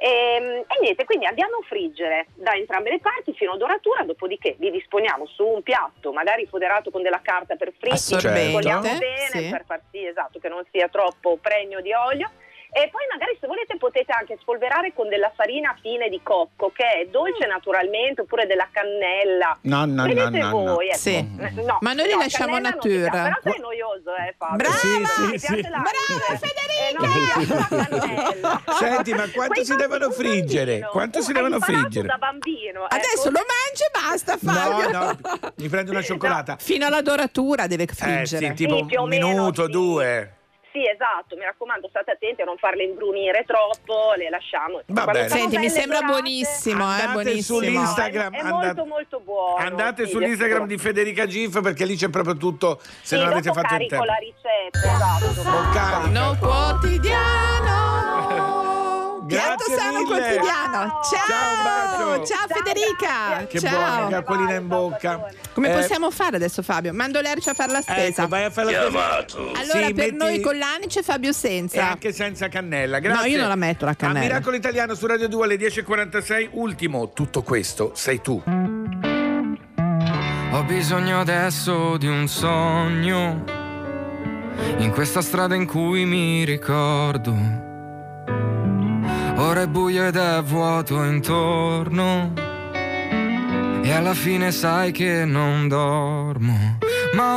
E niente, quindi andiamo a friggere da entrambe le parti fino a doratura, dopodiché li disponiamo su un piatto magari foderato con della carta per fritti, mescoliamo bene per far sì, che non sia troppo pregno di olio. E poi magari se volete potete anche spolverare con della farina fine di cocco, che è dolce naturalmente, oppure della cannella. Vedete voi. Ecco. Sì. Ma noi li lasciamo natura. Però sei noioso, Fabio. Brava! Brava Federica! Senti, ma quanto si devono friggere? Quanto si devono friggere? Da bambino. Adesso lo mangi e basta, Fabio. No, mi prendo una cioccolata. Fino alla doratura deve friggere. Sì, tipo un minuto, 2. Sì, esatto, mi raccomando, state attenti a non farle imbrunire troppo, le lasciamo. Va bene. Senti, mi sembra buonissimo, buonissimo. Sull'Instagram, è molto molto buono. Andate sull'Instagram di Federica Gif, perché lì c'è proprio tutto, se non avete fatto il tempo. La ricetta, esatto. No quotidiano. Grazie Piatto sano quotidiano. Ciao Federica. Che buona calcolina in bocca. Come possiamo fare adesso, Fabio? Mando Lercio a fare la spesa. Vai a fare la spesa. Allora per noi con l'anice, Fabio senza. E anche senza cannella. Grazie. No, io non la metto la cannella. A Miracolo Italiano su Radio 2 alle 10:46. Ultimo, tutto questo sei tu. Ho bisogno adesso di un sogno in questa strada in cui mi ricordo. Ora è buio ed è vuoto intorno e alla fine sai che non dormo. ma ho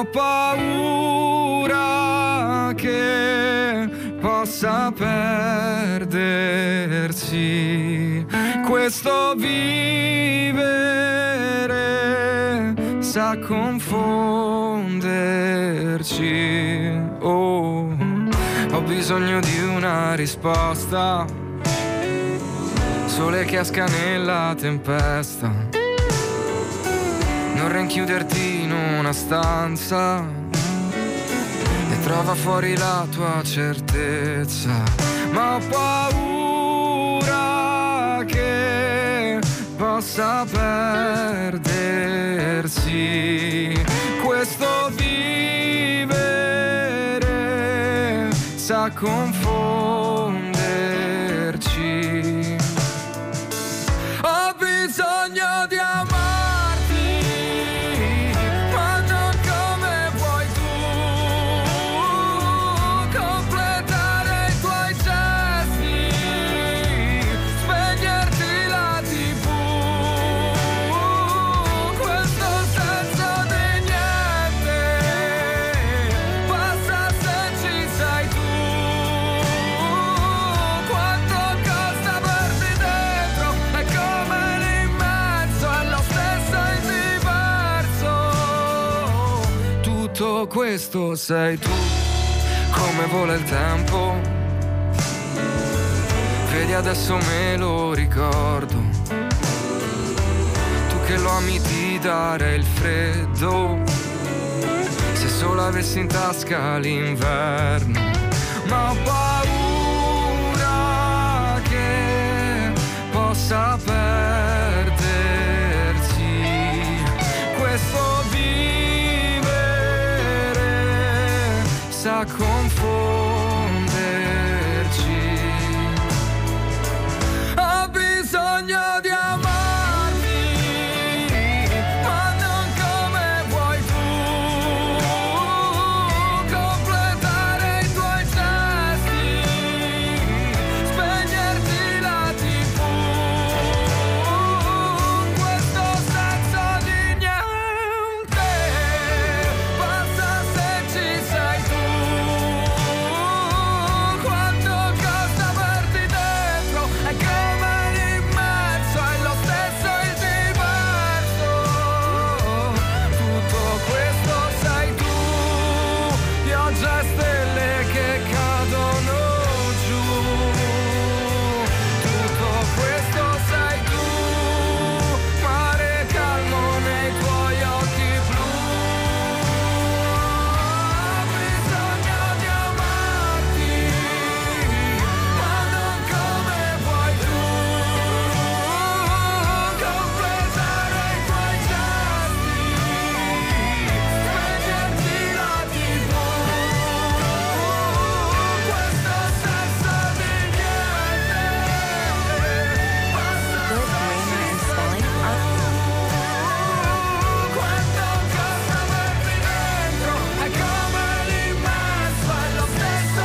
paura che possa perdersi questo vivere, sa confonderci. Oh, ho bisogno di una risposta, sole che esca nella tempesta, non rinchiuderti in una stanza e trova fuori la tua certezza, ma ho paura che possa perdersi questo vivere, sa confonderci. Ho bisogno di amarti, ma non come vuoi tu, completare i tuoi gesti, spegnerti la TV, questo senso di niente passa se ci sei tu, quanto costa averti dentro, è come lì in mezzo, è lo stesso e diverso, tutto questo sei tu, come vola il tempo, vedi adesso me lo ricordo, tu che lo ami di dare il freddo, se solo avessi in tasca l'inverno, ma ho paura che possa perdersi questo vivere, sa confonderci. Ho bisogno di amarti, ma non come vuoi tu, completare i tuoi gesti, spegnerti la TV, questo senso di niente passa se ci sei tu, quanto costa averti dentro, è come lì in mezzo, è lo stesso e diverso, tutto questo sei tu, pioggia e stelle che cadono giù, tutto questo sei tu, mare calmo nei tuoi occhi blu, ho bisogno di amarti, ma non come vuoi tu, completare i tuoi gesti, spegnerti la TV, questo senso di niente passa se ci sei tu, quanto costa averti dentro, è come lì in mezzo, è lo stesso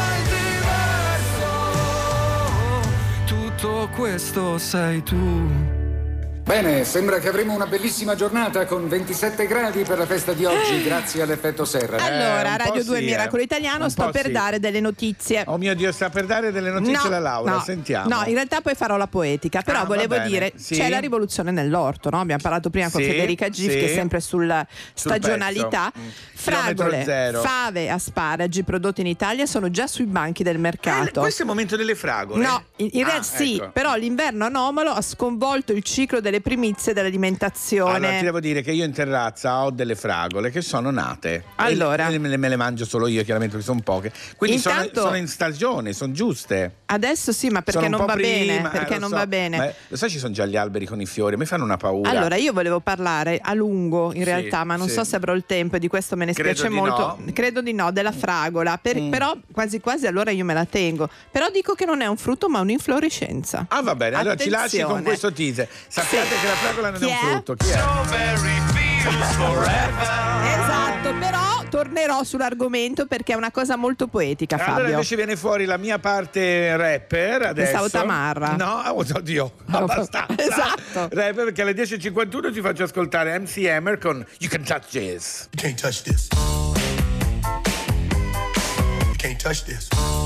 e diverso, tutto questo sei tu. Bene, sembra che avremo una bellissima giornata con 27 gradi per la festa di oggi, grazie all'effetto serra. Allora, un po' Radio 2 sì, Miracolo Italiano, un sto po' per sì. dare delle notizie. Oh mio Dio, sta per dare delle notizie alla Laura, sentiamo. No, in realtà poi farò la poetica, però Ah, va volevo bene, dire, sì. c'è la rivoluzione nell'orto, no? Abbiamo parlato prima con Sì, Federica Gif, sì. che è sempre sulla Sul stagionalità. pezzo. Fragole, Chilometro zero. fave, asparagi prodotti in Italia sono già sui banchi del mercato. Questo è il momento delle fragole? No, in realtà sì, ecco. però l'inverno anomalo ha sconvolto il ciclo delle primizie dell'alimentazione. Allora, ti devo dire che io in terrazza ho delle fragole che sono nate. Allora. E me le mangio solo io, chiaramente, perché sono poche. Quindi Intanto- sono in stagione, sono giuste. Adesso sì, ma perché Sono un non po' va bene? prima, Perché lo non so. va bene? Ma, lo sai, ci sono già gli alberi con i fiori, mi fanno una paura. Allora, io volevo parlare a lungo in realtà, ma non sì. so se avrò il tempo e di questo me ne Credo spiace di molto. no. Credo di no, della fragola. Però quasi quasi allora io me la tengo. Però dico che non è un frutto, ma un'inflorescenza. Ah, va bene, allora ci lasci con Attenzione. questo teaser. Sappiate che la fragola non Chi è un è? frutto. Chi è? Esatto, però tornerò sull'argomento perché è una cosa molto poetica, Fabio. Allora invece viene fuori la mia parte rapper adesso. Pensavo tamarra. No, oddio, abbastanza. Esatto. Rapper, perché alle 10.51 ci faccio ascoltare MC Hammer con You Can Touch This. You can't touch this. You can't touch this.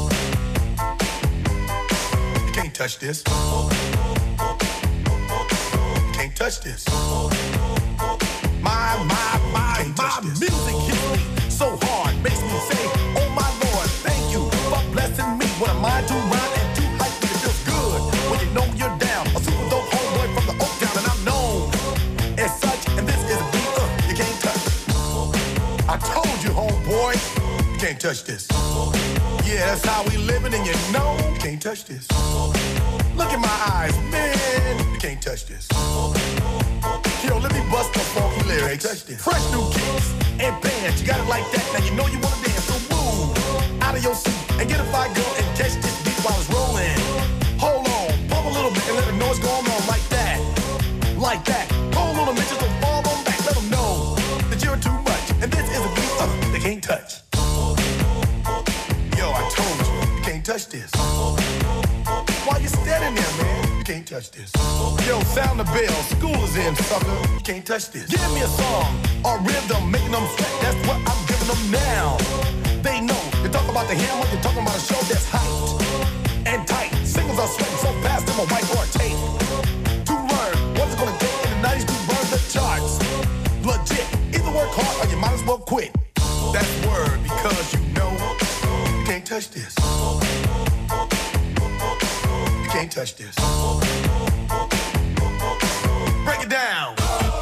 You can't touch this. You can't touch this. My music hits me so hard, makes me say, oh my Lord, thank you for blessing me. What am I to rhyme and too hype, but it feels good when you know you're down. A super dope homeboy from the Oak Town, and I'm known as such, and this is a beat you can't touch. I told you, homeboy, you can't touch this. Yeah, that's how we living, and you know you can't touch this. Look in my eyes, man, you can't touch this. Yo, let me bust the funky lyrics. Fresh new kicks and bands, you got it like that. Now you know you wanna dance, so move out of your seat and get a fire girl and catch this beat while it's rolling. Hold on, pump a little bit and let them know what's going on like that, like that. Hold on a minute, just don't fall on back. Let them know that you're too much, and this is a beat they can't touch. Yo, I told you can't touch this. Why you standing there, man? You can't touch this. Yo, sound the bell. School is in, sucker. You can't touch this. Give me a song or rhythm, making them sweat. That's what I'm giving them now. They know. You talk about the hammer, you're talking about a show that's hyped and tight. Singles are sweating so fast, them a whiteboard tape. To learn what's it gonna take in the 90s to burn the charts. Legit. Either work hard or you might as well quit. That's word because you know you can't touch this. You can't touch this. Break it down.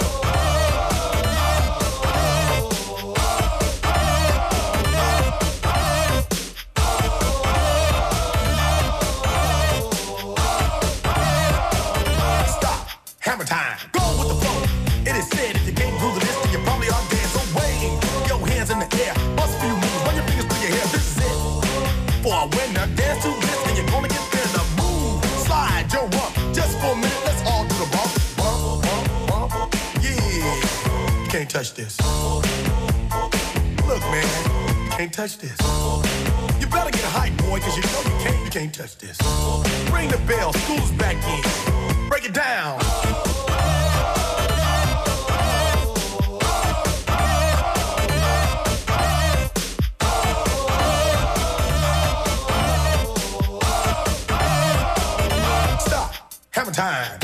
Stop. Hammer time. Go with the flow. It is said if you can't groove this, then you probably are dead. So wave your hands in the air. Bust a few moves. Run your fingers through your hair. This is it. For a winner, dance to this, and you're gonna get there. The move, slide your rump. Just for a minute, let's all do the bump, bump, bump, bump. Yeah, you can't touch this. Look, man, you can't touch this. You better get hype, boy, cause you know you can't touch this. Ring the bell, school's back in. Break it down. Hammer time.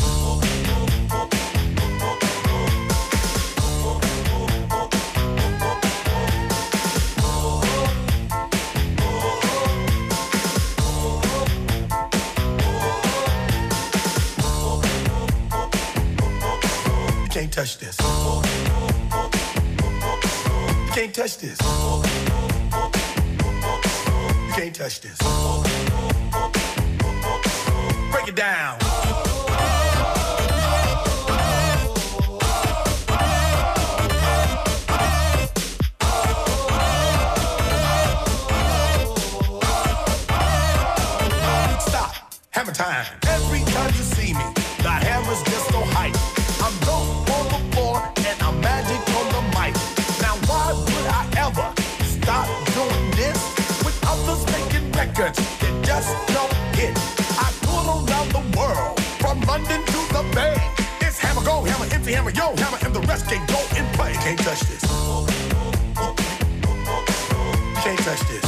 You can't touch this. You can't touch this. You can't touch this. Break it down. Hammer time. Every time you see me, the hammer's just so hype. I'm dope on the floor and I'm magic on the mic. Now why would I ever stop doing this with others making records that just don't hit? I tour around the world, from London to the Bay. It's hammer, go hammer, empty hammer, yo hammer, and the rest can go and play. You can't touch this. You can't touch this.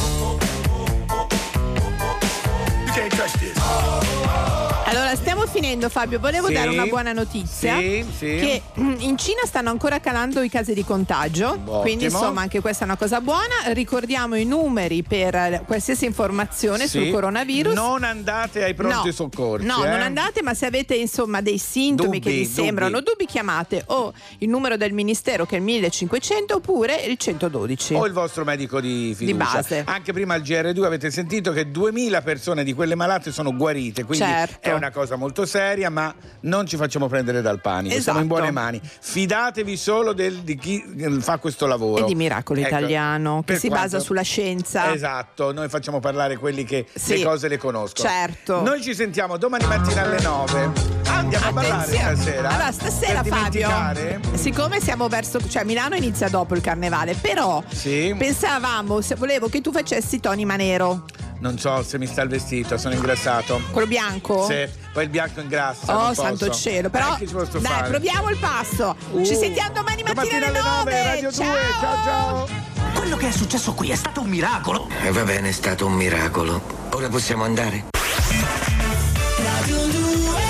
You can't touch this. Allora stiamo finendo, Fabio, volevo dare una buona notizia, che in Cina stanno ancora calando i casi di contagio. Ottimo. Quindi insomma anche questa è una cosa buona. Ricordiamo i numeri per qualsiasi informazione sul coronavirus. Non andate ai pronti soccorsi. No, non andate, ma se avete insomma dei sintomi che vi sembrano dubbi, chiamate o il numero del ministero che è il 1500 oppure il 112 o il vostro medico di fiducia. Di base. Anche prima al GR2 avete sentito che 2000 persone di quelle malate sono guarite, quindi è una cosa molto seria, ma non ci facciamo prendere dal panico. Siamo in buone mani. Fidatevi solo di chi fa questo lavoro. E di Miracolo Italiano, che si basa sulla scienza. Esatto, noi facciamo parlare quelli che le cose le conoscono. Certo. Noi ci sentiamo domani mattina alle 9. Andiamo ballare stasera? Allora, stasera Fabio, siccome siamo verso, cioè Milano inizia dopo il carnevale, però pensavamo, volevo che tu facessi Tony Manero. Non so se mi sta il vestito, sono ingrassato. Quello bianco? Sì, poi il bianco ingrassa. Oh, santo cielo, però dai, fare? Proviamo il passo. Ci sentiamo domani mattina alle 9. Radio 2, ciao. Quello che è successo qui è stato un miracolo. Va bene, è stato un miracolo. Ora possiamo andare? Radio 2